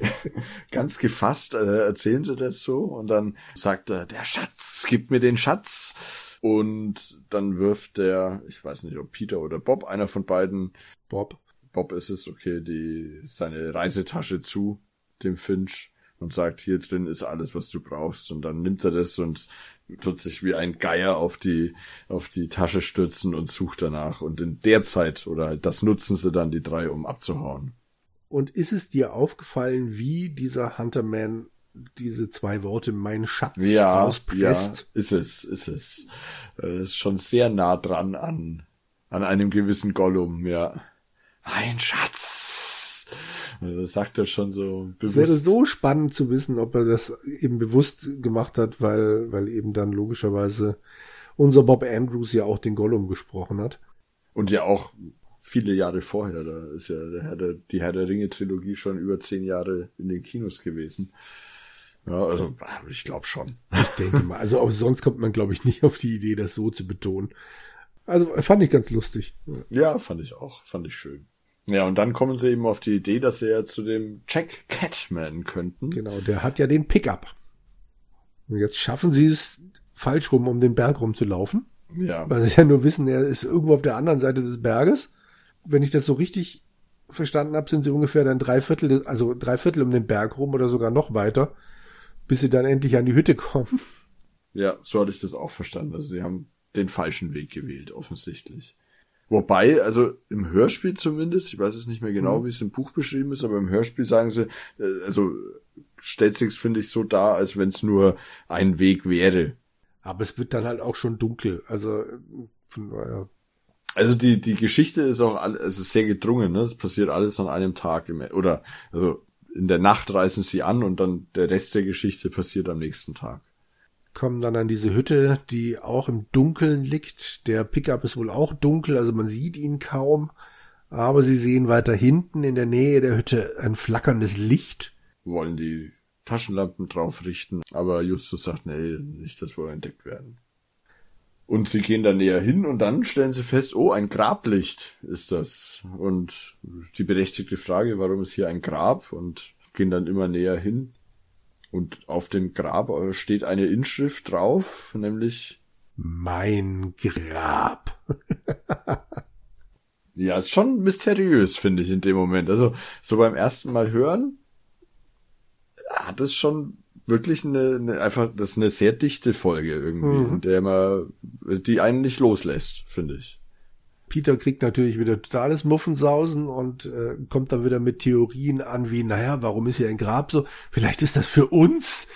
Ganz gefasst äh, erzählen sie das so und dann sagt er, der Schatz, gib mir den Schatz. Und dann wirft der, ich weiß nicht, ob Peter oder Bob, einer von beiden. Bob. Bob ist es, okay, die seine Reisetasche zu dem Finch und sagt, hier drin ist alles, was du brauchst. Und dann nimmt er das und tut sich wie ein Geier auf die auf die Tasche stürzen und sucht danach. Und in der Zeit, oder halt das nutzen sie dann, die drei, um abzuhauen. Und ist es dir aufgefallen, wie dieser Hunterman diese zwei Worte, mein Schatz, ja, rauspresst? Ja, ist es, ist es. Das ist schon sehr nah dran an, an einem gewissen Gollum, ja. Mein Schatz! Das sagt er schon so bewusst. Es wäre so spannend zu wissen, ob er das eben bewusst gemacht hat, weil, weil eben dann logischerweise unser Bob Andrews ja auch den Gollum gesprochen hat. Und ja auch viele Jahre vorher, da ist ja der Herr der, die Herr der Ringe-Trilogie schon über zehn Jahre in den Kinos gewesen. Ja, also ich glaube schon. Ich denke mal, also auch sonst kommt man, glaube ich, nicht auf die Idee, das so zu betonen. Also fand ich ganz lustig. Ja, fand ich auch, fand ich schön. Ja, und dann kommen sie eben auf die Idee, dass sie ja zu dem Jack Catman könnten. Genau, der hat ja den Pickup. Und jetzt schaffen sie es falsch rum, um den Berg rumzulaufen. Ja. Weil sie ja nur wissen, er ist irgendwo auf der anderen Seite des Berges. Wenn ich das so richtig verstanden habe, sind sie ungefähr dann drei Viertel, also drei Viertel um den Berg rum oder sogar noch weiter, bis sie dann endlich an die Hütte kommen. Ja, so hatte ich das auch verstanden. Also sie haben den falschen Weg gewählt, offensichtlich. Wobei, also im Hörspiel zumindest, ich weiß es nicht mehr genau, mhm. wie es im Buch beschrieben ist, aber im Hörspiel sagen sie, also stellt sich's, finde ich, so dar, als wenn es nur ein Weg wäre. Aber es wird dann halt auch schon dunkel, also von daher. Also die die Geschichte ist auch all, es ist sehr gedrungen, ne? Es passiert alles an einem Tag im, oder also in der Nacht reisen sie an und dann der Rest der Geschichte passiert am nächsten Tag. Kommen dann an diese Hütte, die auch im Dunkeln liegt. Der Pickup ist wohl auch dunkel, also man sieht ihn kaum. Aber sie sehen weiter hinten in der Nähe der Hütte ein flackerndes Licht. Wollen die Taschenlampen drauf richten. Aber Justus sagt, nee, nicht, dass wir entdeckt werden. Und sie gehen da näher hin und dann stellen sie fest, oh, ein Grablicht ist das. Und die berechtigte Frage, warum ist hier ein Grab? Und gehen dann immer näher hin. Und auf dem Grab steht eine Inschrift drauf, nämlich Mein Grab. Ja, ist schon mysteriös, finde ich, in dem Moment. Also, so beim ersten Mal hören, hat es schon wirklich eine, eine einfach, das ist eine sehr dichte Folge irgendwie, mhm. in der man, die einen nicht loslässt, finde ich. Peter kriegt natürlich wieder totales Muffensausen und äh, kommt dann wieder mit Theorien an, wie, naja, warum ist hier ein Grab so? Vielleicht ist das für uns.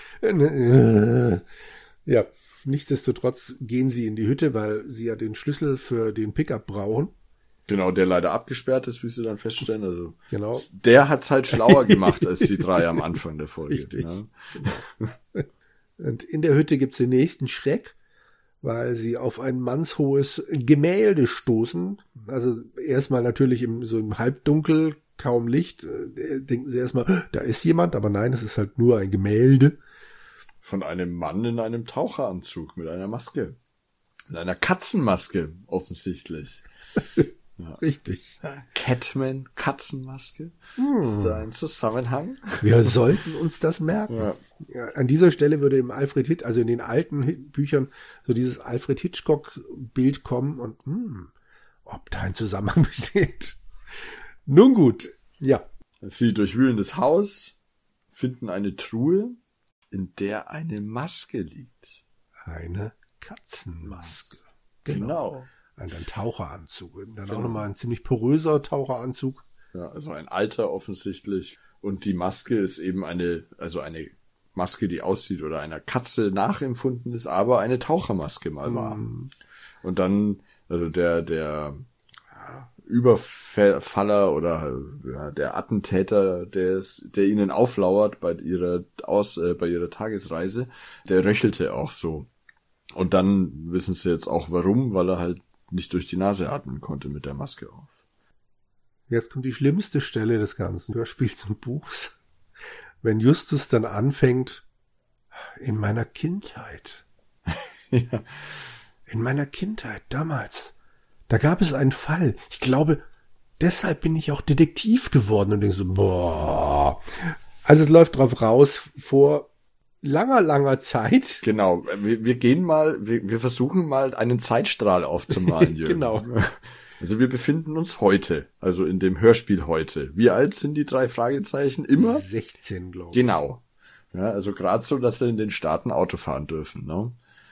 Ja, nichtsdestotrotz gehen sie in die Hütte, weil sie ja den Schlüssel für den Pickup brauchen. Genau, der leider abgesperrt ist, wie sie dann feststellen. Also genau. Der hat's halt schlauer gemacht als die drei am Anfang der Folge. Richtig. Ne? Genau. Und in der Hütte gibt's den nächsten Schreck, weil sie auf ein mannshohes Gemälde stoßen. Also erstmal natürlich im, so im Halbdunkel, kaum Licht. Äh, denken sie erstmal, da ist jemand, aber nein, es ist halt nur ein Gemälde. Von einem Mann in einem Taucheranzug mit einer Maske. Mit einer Katzenmaske, offensichtlich. Ja. Richtig. Catman, Katzenmaske. Hm. Ist da ein Zusammenhang? Wir sollten uns das merken. Ja. Ja, an dieser Stelle würde im Alfred Hitchcock, also in den alten Büchern, so dieses Alfred Hitchcock-Bild kommen und hm, ob da ein Zusammenhang besteht. Nun gut, ja. Sie durchwühlen das Haus, finden eine Truhe, in der eine Maske liegt. Eine Katzenmaske. Genau. genau. Ein, ein Taucheranzug. Dann genau. Auch nochmal ein ziemlich poröser Taucheranzug. Ja, also ein alter offensichtlich. Und die Maske ist eben eine, also eine Maske, die aussieht oder einer Katze nachempfunden ist, aber eine Tauchermaske mal war. Mm. Und dann, also der, der Überfaller oder ja, der Attentäter, der, ist, der ihnen auflauert bei ihrer, aus, äh, bei ihrer Tagesreise, der röchelte auch so. Und dann wissen sie jetzt auch warum, weil er halt nicht durch die Nase atmen konnte mit der Maske auf. Jetzt kommt die schlimmste Stelle des ganzen Hörspiels und Buchs. Wenn Justus dann anfängt, in meiner Kindheit. Ja. In meiner Kindheit, damals. Da gab es einen Fall. Ich glaube, deshalb bin ich auch Detektiv geworden und denke so, boah. Also es läuft drauf raus, vor langer, langer Zeit. Genau, wir, wir gehen mal, wir, wir versuchen mal einen Zeitstrahl aufzumalen, Jürgen. Genau. Also wir befinden uns heute, also in dem Hörspiel heute. Wie alt sind die drei Fragezeichen? Immer? sechzehn, glaube ich. Genau. Ja, also gerade so, dass sie in den Staaten Auto fahren dürfen, ne?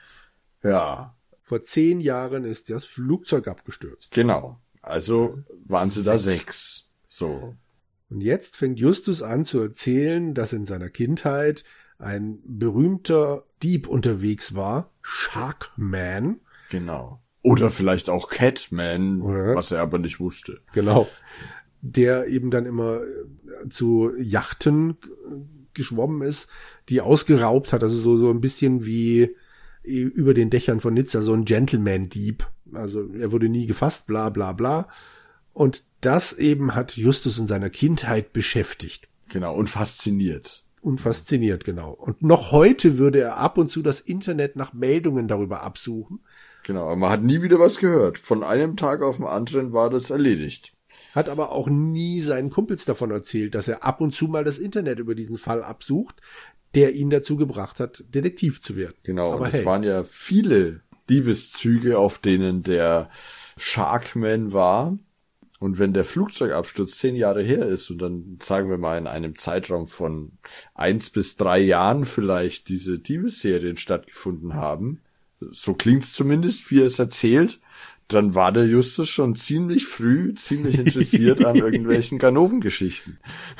Ja. Vor zehn Jahren ist das Flugzeug abgestürzt. Genau. Also waren sie da sechs. So. Und jetzt fängt Justus an zu erzählen, dass in seiner Kindheit ein berühmter Dieb unterwegs war, Sharkman. Genau. Oder vielleicht auch Catman, Oder? Was er aber nicht wusste. Genau. Der eben dann immer zu Yachten geschwommen ist, die ausgeraubt hat. Also so, so ein bisschen wie über den Dächern von Nizza, so ein Gentleman-Dieb. Also er wurde nie gefasst, bla bla bla. Und das eben hat Justus in seiner Kindheit beschäftigt. Genau, und fasziniert. Und fasziniert, genau. Und noch heute würde er ab und zu das Internet nach Meldungen darüber absuchen. Genau, aber man hat nie wieder was gehört. Von einem Tag auf den anderen war das erledigt. Hat aber auch nie seinen Kumpels davon erzählt, dass er ab und zu mal das Internet über diesen Fall absucht, der ihn dazu gebracht hat, Detektiv zu werden. Genau, aber und es hey. waren ja viele Diebeszüge, auf denen der Sharkman war. Und wenn der Flugzeugabsturz zehn Jahre her ist und dann sagen wir mal in einem Zeitraum von eins bis drei Jahren vielleicht diese Diebesserien stattgefunden haben, so klingt's zumindest, wie er es erzählt, dann war der Justus schon ziemlich früh, ziemlich interessiert an irgendwelchen Ganoven-Geschichten.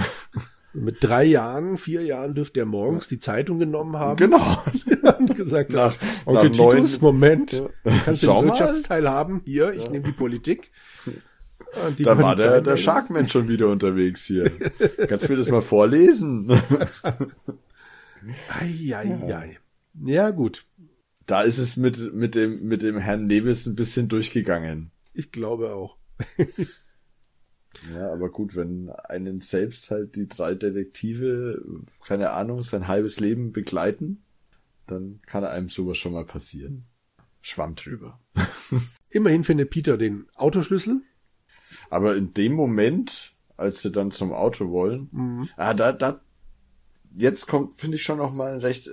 Mit drei Jahren, vier Jahren dürfte er morgens die Zeitung genommen haben. Genau. Und gesagt nach, hat, Onkel nach Titus, neun, Moment, ja. du kannst Schau den mal. Wirtschaftsteil haben. Hier, ich ja. nehme die Politik. Die da war der, der Sharkman schon wieder unterwegs hier. Kannst du mir das mal vorlesen? Ei, ei, ei. Ja, gut. Da ist es mit, mit dem, mit dem Herrn Nevis ein bisschen durchgegangen. Ich glaube auch. Ja, aber gut, wenn einen selbst halt die drei Detektive, keine Ahnung, sein halbes Leben begleiten, dann kann einem sowas schon mal passieren. Schwamm drüber. Immerhin findet Peter den Autoschlüssel. Aber in dem Moment, als sie dann zum Auto wollen, mhm. ah, da, da, jetzt kommt, finde ich schon noch mal ein recht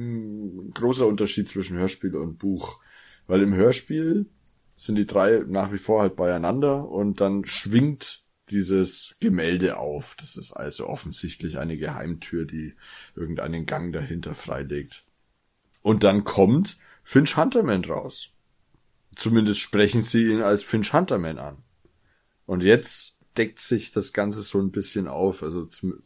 ähm, großer Unterschied zwischen Hörspiel und Buch. Weil im Hörspiel sind die drei nach wie vor halt beieinander und dann schwingt dieses Gemälde auf. Das ist also offensichtlich eine Geheimtür, die irgendeinen Gang dahinter freilegt. Und dann kommt Finch Hunterman raus. Zumindest sprechen sie ihn als Finch Hunterman an. Und jetzt deckt sich das Ganze so ein bisschen auf. Also zum,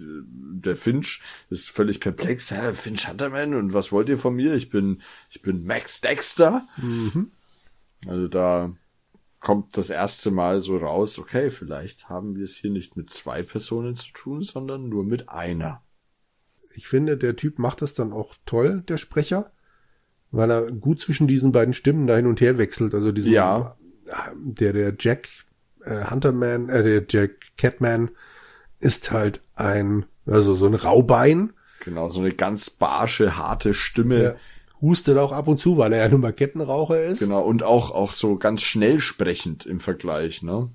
der Finch ist völlig perplex. Hä, Finch Hunterman? Und was wollt ihr von mir? Ich bin, ich bin Max Dexter. Mhm. Also da kommt das erste Mal so raus, okay, vielleicht haben wir es hier nicht mit zwei Personen zu tun, sondern nur mit einer. Ich finde, der Typ macht das dann auch toll, der Sprecher, weil er gut zwischen diesen beiden Stimmen da hin und her wechselt. Also diesen, ja. der, der Jack äh, Hunterman, äh, der Jack Catman ist halt ein, also so ein Raubein. Genau, so eine ganz barsche, harte Stimme. Ja. Hustet auch ab und zu, weil er ja nun mal Kettenraucher ist. Genau, und auch auch so ganz schnell sprechend im Vergleich, ne?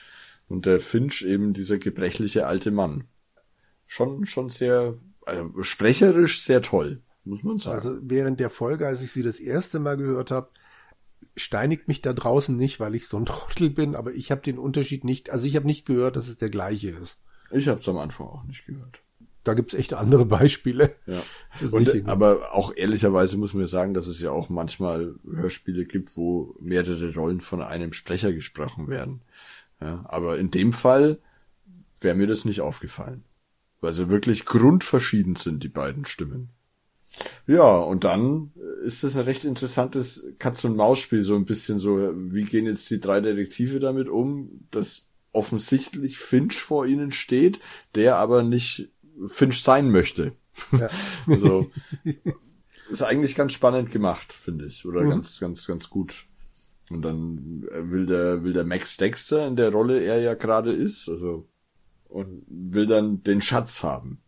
Und der Finch eben dieser gebrechliche alte Mann. Schon schon sehr also sprecherisch sehr toll, muss man sagen. Also während der Folge, als ich sie das erste Mal gehört habe, steinigt mich da draußen nicht, weil ich so ein Trottel bin, aber ich habe den Unterschied nicht, also ich habe nicht gehört, dass es der gleiche ist. Ich habe es am Anfang auch nicht gehört. Da gibt's echt andere Beispiele. Ja. Und, aber auch ehrlicherweise muss man sagen, dass es ja auch manchmal Hörspiele gibt, wo mehrere Rollen von einem Sprecher gesprochen werden. Ja, aber in dem Fall wäre mir das nicht aufgefallen. Weil sie wirklich grundverschieden sind, die beiden Stimmen. Ja, und dann ist das ein recht interessantes Katz-und-Maus-Spiel, so ein bisschen so, wie gehen jetzt die drei Detektive damit um, dass offensichtlich Finch vor ihnen steht, der aber nicht Finch sein möchte. Ja. Also, ist eigentlich ganz spannend gemacht, finde ich. Oder mhm. ganz, ganz, ganz gut. Und dann will der, will der Max Dexter, in der Rolle er ja gerade ist, also, und will dann den Schatz haben.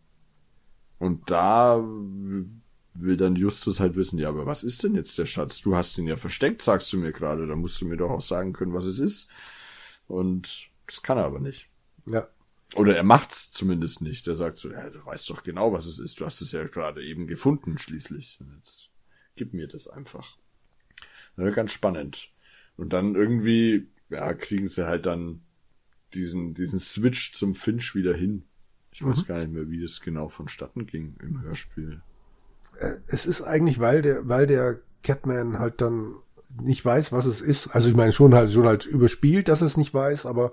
Und da will dann Justus halt wissen, ja, aber was ist denn jetzt der Schatz? Du hast ihn ja versteckt, sagst du mir gerade. Da musst du mir doch auch sagen können, was es ist. Und das kann er aber nicht. Ja. Oder er macht's zumindest nicht. Er sagt so, ja, du weißt doch genau, was es ist. Du hast es ja gerade eben gefunden, schließlich. Und jetzt gib mir das einfach. Ja, ganz spannend. Und dann irgendwie, ja, kriegen sie halt dann diesen, diesen Switch zum Finch wieder hin. Ich weiß mhm. gar nicht mehr, wie das genau vonstatten ging im Hörspiel. Es ist eigentlich, weil der, weil der Catman halt dann nicht weiß, was es ist. Also ich meine, schon halt, schon halt überspielt, dass er es nicht weiß, aber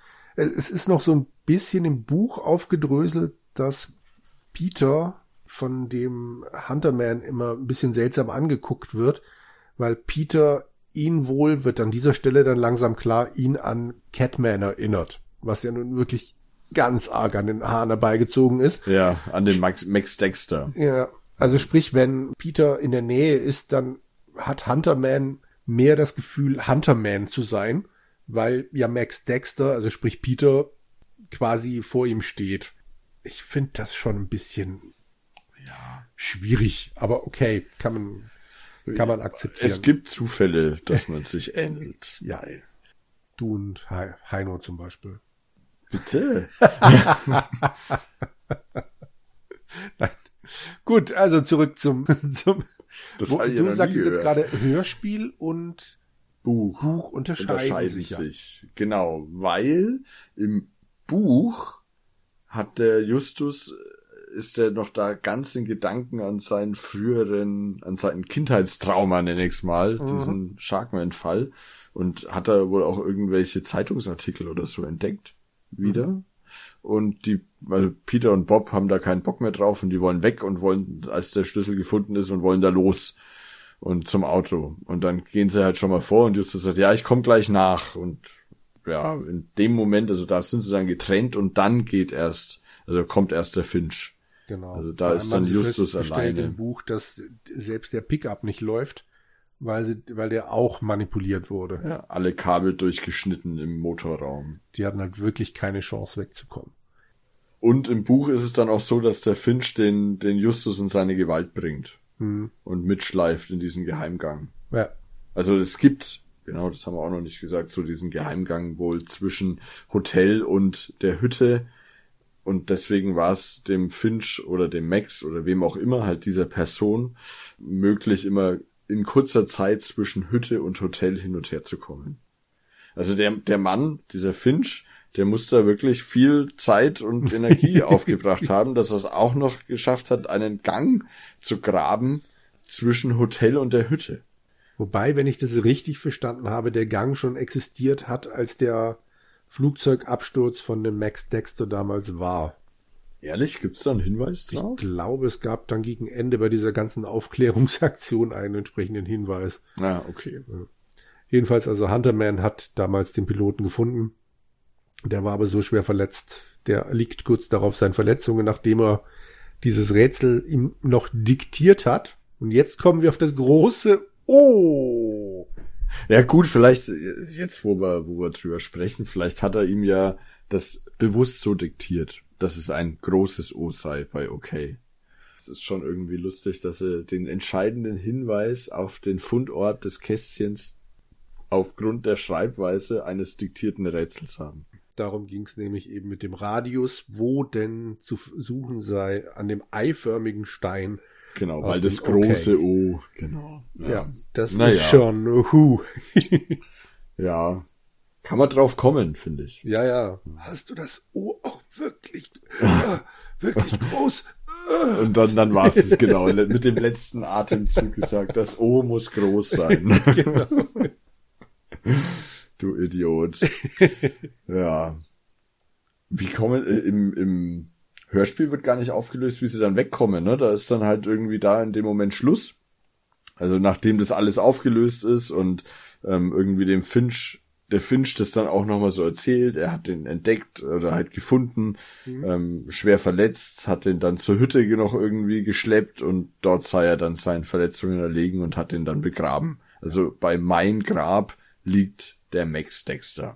es ist noch so ein bisschen im Buch aufgedröselt, dass Peter von dem Hunterman immer ein bisschen seltsam angeguckt wird, weil Peter ihn wohl, wird an dieser Stelle dann langsam klar, ihn an Catman erinnert, was ja nun wirklich ganz arg an den Haaren herbeigezogen ist. Ja, an den Max, Max Dexter. Ja, also sprich, wenn Peter in der Nähe ist, dann hat Hunterman mehr das Gefühl, Hunterman zu sein, weil ja Max Dexter, also sprich Peter, quasi vor ihm steht. Ich finde das schon ein bisschen ja, schwierig, aber okay, kann man kann man akzeptieren. Es gibt Zufälle, dass man sich ähnelt. Ja, du und He- Heino zum Beispiel. Bitte? Nein. Gut, also zurück zum zum das wo, ja du sagtest gehört. Jetzt gerade Hörspiel und Buch, Buch unterscheiden, unterscheiden sich, sich. Ja. Genau, weil im Buch hat der Justus, ist er noch da ganz in Gedanken an seinen früheren, an seinen Kindheitstrauma, nenne ich's mal, mhm. diesen Sharkman-Fall, und hat er wohl auch irgendwelche Zeitungsartikel oder so entdeckt wieder. Mhm. Und die, weil Peter und Bob haben da keinen Bock mehr drauf und die wollen weg und wollen, als der Schlüssel gefunden ist, und wollen da los und zum Auto. Und dann gehen sie halt schon mal vor und Justus sagt, ja, ich komme gleich nach. Und ja, in dem Moment, also da sind sie dann getrennt und dann geht erst, also kommt erst der Finch. Genau. Also da ist dann Justus alleine. Im Buch, dass selbst der Pickup nicht läuft Weil sie, weil der auch manipuliert wurde. Ja, alle Kabel durchgeschnitten im Motorraum. Die hatten halt wirklich keine Chance wegzukommen. Und im Buch ist es dann auch so, dass der Finch den, den Justus in seine Gewalt bringt. Hm. Und mitschleift in diesen Geheimgang. Ja. Also es gibt, genau, das haben wir auch noch nicht gesagt, so diesen Geheimgang wohl zwischen Hotel und der Hütte. Und deswegen war es dem Finch oder dem Max oder wem auch immer, halt dieser Person, möglich, immer in kurzer Zeit zwischen Hütte und Hotel hin und her zu kommen. Also der, der Mann, dieser Finch, der muss da wirklich viel Zeit und Energie aufgebracht haben, dass er es auch noch geschafft hat, einen Gang zu graben zwischen Hotel und der Hütte. Wobei, wenn ich das richtig verstanden habe, der Gang schon existiert hat, als der Flugzeugabsturz von dem Max Dexter damals war. Ehrlich? Gibt's da einen Hinweis drauf? Ich glaube, es gab dann gegen Ende bei dieser ganzen Aufklärungsaktion einen entsprechenden Hinweis. Ah, okay. Jedenfalls, also Hunterman hat damals den Piloten gefunden. Der war aber so schwer verletzt. Der liegt kurz darauf seinen Verletzungen, nachdem er dieses Rätsel ihm noch diktiert hat. Und jetzt kommen wir auf das große Oh! Ja gut, vielleicht jetzt, wo wir, wo wir drüber sprechen, vielleicht hat er ihm ja das bewusst so diktiert, dass es ein großes O sei bei Okay. Es ist schon irgendwie lustig, dass er den entscheidenden Hinweis auf den Fundort des Kästchens aufgrund der Schreibweise eines diktierten Rätsels haben. Darum ging es nämlich eben mit dem Radius, wo denn zu suchen sei an dem eiförmigen Stein. Genau, weil das große Okay. O, genau. Ja, ja das naja. ist schon Hu. Ja, kann man drauf kommen, finde ich. Ja, ja. Hast du das O auch wirklich, äh, wirklich groß? Und dann, dann war es das genau. Mit dem letzten Atemzug gesagt, das O muss groß sein. Genau. Du Idiot. Ja. Wie kommen, äh, im, im Hörspiel wird gar nicht aufgelöst, wie sie dann wegkommen, ne? Da ist dann halt irgendwie da in dem Moment Schluss. Also nachdem das alles aufgelöst ist und ähm, irgendwie dem Finch, der Finch das dann auch nochmal so erzählt, er hat den entdeckt oder halt gefunden, mhm. ähm, schwer verletzt, hat den dann zur Hütte noch irgendwie geschleppt und dort sei er dann seinen Verletzungen erlegen und hat den dann begraben. Also bei Mein Grab liegt der Max Dexter.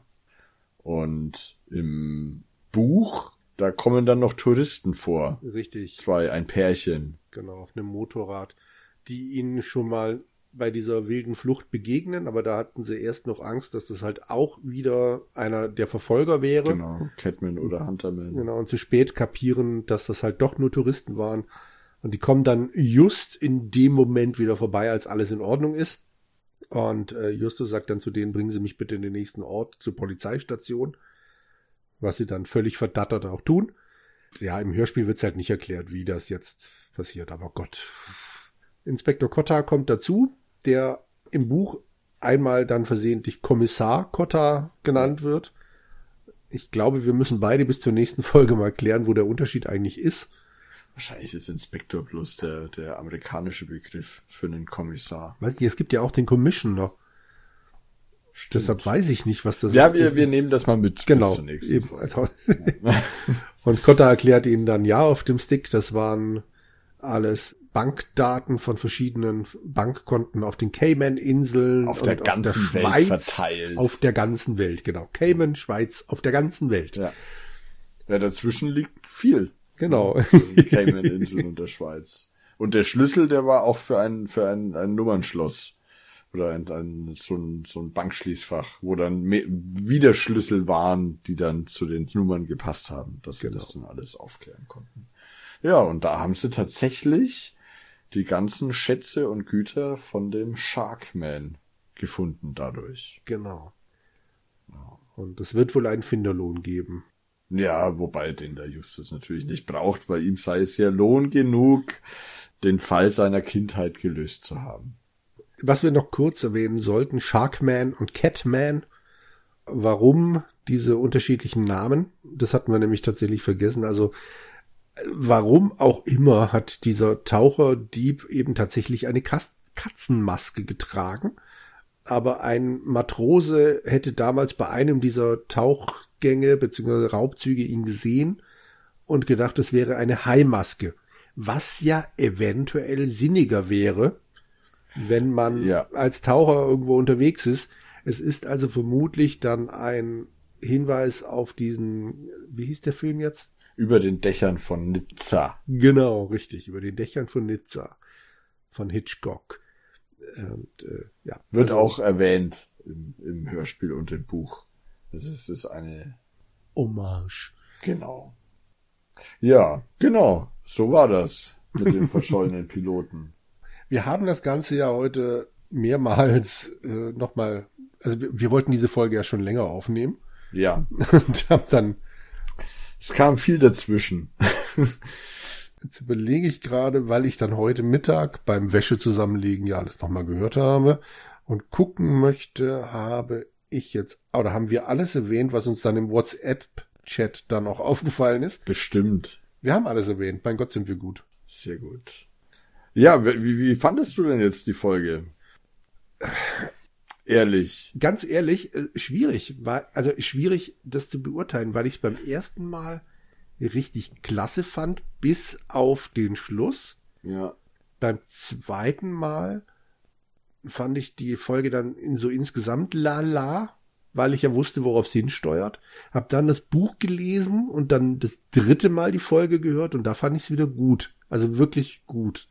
Und im Buch, da kommen dann noch Touristen vor. Richtig. Zwei, ein Pärchen. Genau, auf einem Motorrad, die ihnen schon mal bei dieser wilden Flucht begegnen, aber da hatten sie erst noch Angst, dass das halt auch wieder einer der Verfolger wäre. Genau, Catman oder Hunterman. Genau, und zu spät kapieren, dass das halt doch nur Touristen waren. Und die kommen dann just in dem Moment wieder vorbei, als alles in Ordnung ist. Und äh, Justus sagt dann zu denen, bringen Sie mich bitte in den nächsten Ort zur Polizeistation. Was sie dann völlig verdattert auch tun. Ja, im Hörspiel wird es halt nicht erklärt, wie das jetzt passiert, aber Gott. Inspektor Cotta kommt dazu, der im Buch einmal dann versehentlich Kommissar Cotta genannt wird. Ich glaube, wir müssen beide bis zur nächsten Folge mal klären, wo der Unterschied eigentlich ist. Wahrscheinlich ist Inspektor bloß der, der amerikanische Begriff für einen Kommissar. Weiß nicht, es gibt ja auch den Commissioner. Stimmt. Deshalb weiß ich nicht, was das ist. Ja, wir, wir nehmen das mal mit. Genau. Bis zur nächsten Eben, Folge. Also und Cotta erklärt ihnen dann, ja, auf dem Stick, das waren alles Bankdaten von verschiedenen Bankkonten auf den Cayman-Inseln. Auf der und ganzen auf der Welt Schweiz, verteilt. Auf der ganzen Welt, genau. Cayman, Schweiz, auf der ganzen Welt. Ja, ja dazwischen liegt viel. Genau. Die Cayman-Inseln und der Schweiz. Und der Schlüssel, der war auch für ein, für ein, ein Nummernschloss. Oder ein, ein, so ein, so ein Bankschließfach, wo dann mehr, wieder Schlüssel waren, die dann zu den Nummern gepasst haben, dass sie Genau. das dann alles aufklären konnten. Ja, und da haben sie tatsächlich die ganzen Schätze und Güter von dem Sharkman gefunden dadurch. Genau. Und es wird wohl einen Finderlohn geben. Ja, wobei den der Justus natürlich nicht braucht, weil ihm sei es ja Lohn genug, den Fall seiner Kindheit gelöst zu haben. Was wir noch kurz erwähnen sollten, Sharkman und Catman. Warum diese unterschiedlichen Namen? Das hatten wir nämlich tatsächlich vergessen. Also warum auch immer hat dieser Taucherdieb eben tatsächlich eine Katzenmaske getragen. Aber ein Matrose hätte damals bei einem dieser Tauchgänge bzw. Raubzüge ihn gesehen und gedacht, es wäre eine Haimaske. Was ja eventuell sinniger wäre. wenn man ja. als Taucher irgendwo unterwegs ist. Es ist also vermutlich dann ein Hinweis auf diesen, wie hieß der Film jetzt? Über den Dächern von Nizza. Genau, richtig, über den Dächern von Nizza, von Hitchcock. Und, äh, ja, Wird also, auch erwähnt im, im Hörspiel und im Buch. Das ist, ist eine Hommage. Genau. Ja, genau. So war das mit den verschollenen Piloten. Wir haben das Ganze ja heute mehrmals äh, nochmal, also wir, wir wollten diese Folge ja schon länger aufnehmen. Ja. Und haben dann... Es kam viel dazwischen. Jetzt überlege ich gerade, weil ich dann heute Mittag beim Wäsche zusammenlegen ja alles nochmal gehört habe und gucken möchte, habe ich jetzt, oder haben wir alles erwähnt, was uns dann im WhatsApp-Chat dann auch aufgefallen ist? Bestimmt. Wir haben alles erwähnt. Mein Gott, sind wir gut. Sehr gut. Ja, wie, wie fandest du denn jetzt die Folge? Ehrlich. Ganz ehrlich, äh, schwierig. War, also schwierig, das zu beurteilen, weil ich es beim ersten Mal richtig klasse fand, bis auf den Schluss. Ja. Beim zweiten Mal fand ich die Folge dann in so insgesamt lala, weil ich ja wusste, worauf es hinsteuert. Hab dann das Buch gelesen und dann das dritte Mal die Folge gehört und da fand ich es wieder gut. Also wirklich gut.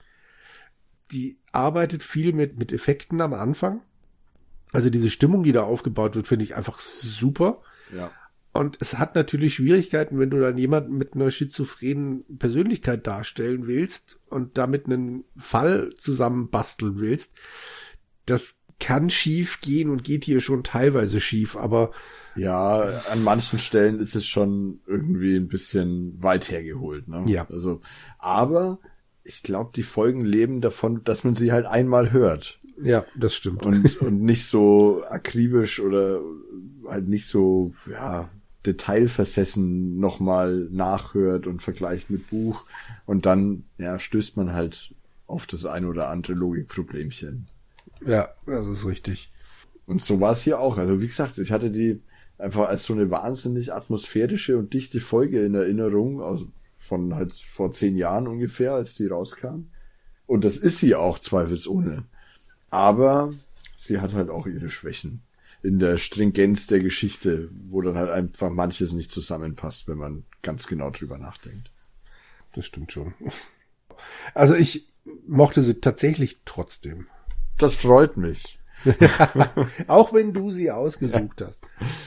Die arbeitet viel mit, mit Effekten am Anfang. Also diese Stimmung, die da aufgebaut wird, finde ich einfach super. Ja. Und es hat natürlich Schwierigkeiten, wenn du dann jemanden mit einer schizophrenen Persönlichkeit darstellen willst und damit einen Fall zusammenbasteln willst. Das kann schief gehen und geht hier schon teilweise schief, aber... Ja, an manchen Stellen ist es schon irgendwie ein bisschen weit hergeholt, ne? Ja. Also, aber ich glaube, die Folgen leben davon, dass man sie halt einmal hört. Ja, das stimmt. Und, und nicht so akribisch oder halt nicht so, ja, detailversessen nochmal nachhört und vergleicht mit Buch. Und dann, ja, stößt man halt auf das ein oder andere Logikproblemchen. Ja, das ist richtig. Und so war es hier auch. Also wie gesagt, ich hatte die einfach als so eine wahnsinnig atmosphärische und dichte Folge in Erinnerung, also von halt vor zehn Jahren ungefähr, als die rauskam. Und das ist sie auch zweifelsohne. Aber sie hat halt auch ihre Schwächen in der Stringenz der Geschichte, wo dann halt einfach manches nicht zusammenpasst, wenn man ganz genau drüber nachdenkt. Das stimmt schon. Also ich mochte sie tatsächlich trotzdem. Das freut mich. Auch wenn du sie ausgesucht hast.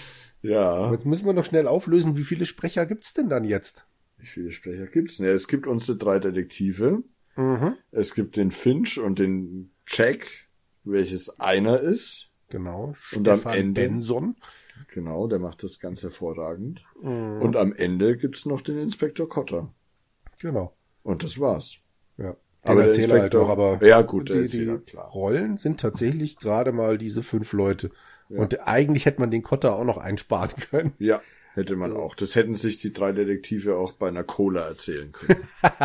Ja. Jetzt müssen wir noch schnell auflösen, wie viele Sprecher gibt's denn dann jetzt? Wie viele Sprecher gibt's? Ne, es gibt unsere drei Detektive. Mhm. Es gibt den Finch und den Jack, welches einer ist. Genau. Und am Stefan Ende, Benson. Genau, der macht das ganz hervorragend. Mhm. Und am Ende gibt's noch den Inspektor Cotter. Genau. Und das war's. Ja. Den Aber der Erzähler halt Inspektor- noch, aber Ja, gut, der die, Erzähler, die klar. Rollen sind tatsächlich gerade mal diese fünf Leute. Ja. Und eigentlich hätte man den Cotter auch noch einsparen können. Ja, hätte man auch. Das hätten sich die drei Detektive auch bei einer Cola erzählen können.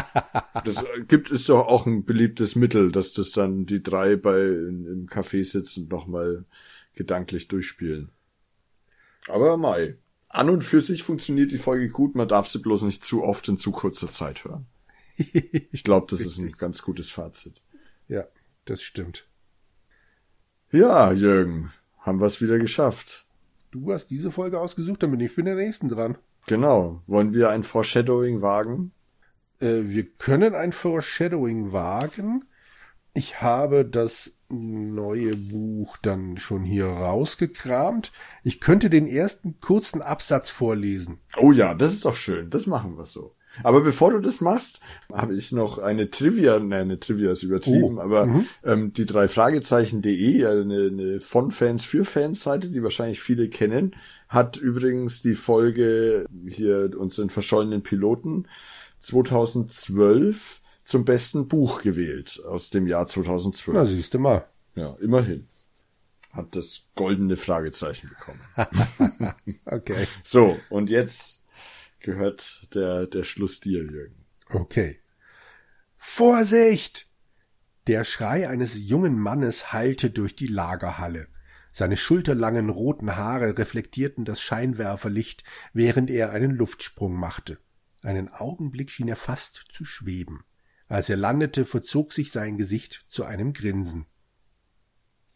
Das gibt, ist doch auch ein beliebtes Mittel, dass das dann die drei bei in, im Café sitzen und nochmal gedanklich durchspielen. Aber Mai. An und für sich funktioniert die Folge gut, man darf sie bloß nicht zu oft in zu kurzer Zeit hören. Ich glaube, das ist ein ganz gutes Fazit. Ja, das stimmt. Ja, Jürgen, haben wir es wieder geschafft. Du hast diese Folge ausgesucht, dann bin ich für den nächsten dran. Genau. Wollen wir ein Foreshadowing wagen? Äh, wir können ein Foreshadowing wagen. Ich habe das neue Buch dann schon hier rausgekramt. Ich könnte den ersten kurzen Absatz vorlesen. Oh ja, das ist doch schön. Das machen wir so. Aber bevor du das machst, habe ich noch eine Trivia, ne, eine Trivia ist übertrieben, Oh, aber mhm. ähm, die drei Fragezeichen.de, eine, eine von Fans für Fans Seite, die wahrscheinlich viele kennen, hat übrigens die Folge hier unseren verschollenen Piloten zweitausendzwölf zum besten Buch gewählt aus dem Jahr zweitausendzwölf. Na, siehst du mal. Ja, immerhin. Hat das goldene Fragezeichen bekommen. Okay. So, und jetzt gehört der, der Schluss dir, Jürgen. Okay. Vorsicht! Der Schrei eines jungen Mannes hallte durch die Lagerhalle. Seine schulterlangen roten Haare reflektierten das Scheinwerferlicht, während er einen Luftsprung machte. Einen Augenblick schien er fast zu schweben. Als er landete, verzog sich sein Gesicht zu einem Grinsen.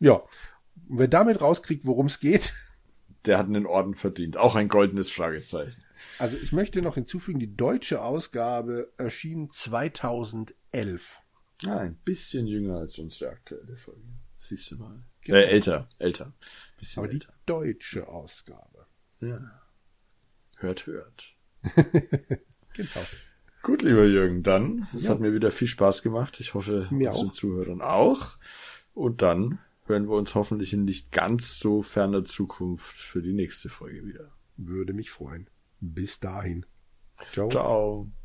Ja, und wer damit rauskriegt, worum es geht. Der hat einen Orden verdient. Auch ein goldenes Fragezeichen. Also ich möchte noch hinzufügen, die deutsche Ausgabe erschien zweitausendelf. Ja, ein bisschen jünger als unsere aktuelle Folge. Siehst du mal. Genau. Äh, älter, älter. Bisschen Aber älter. die deutsche Ausgabe. Ja. Hört, hört. Genau. Gut, lieber Jürgen, dann. Es Ja. hat mir wieder viel Spaß gemacht. Ich hoffe, Mir unseren auch. Zuhörern auch. Und dann hören wir uns hoffentlich in nicht ganz so ferner Zukunft für die nächste Folge wieder. Würde mich freuen. Bis dahin. Ciao. Ciao.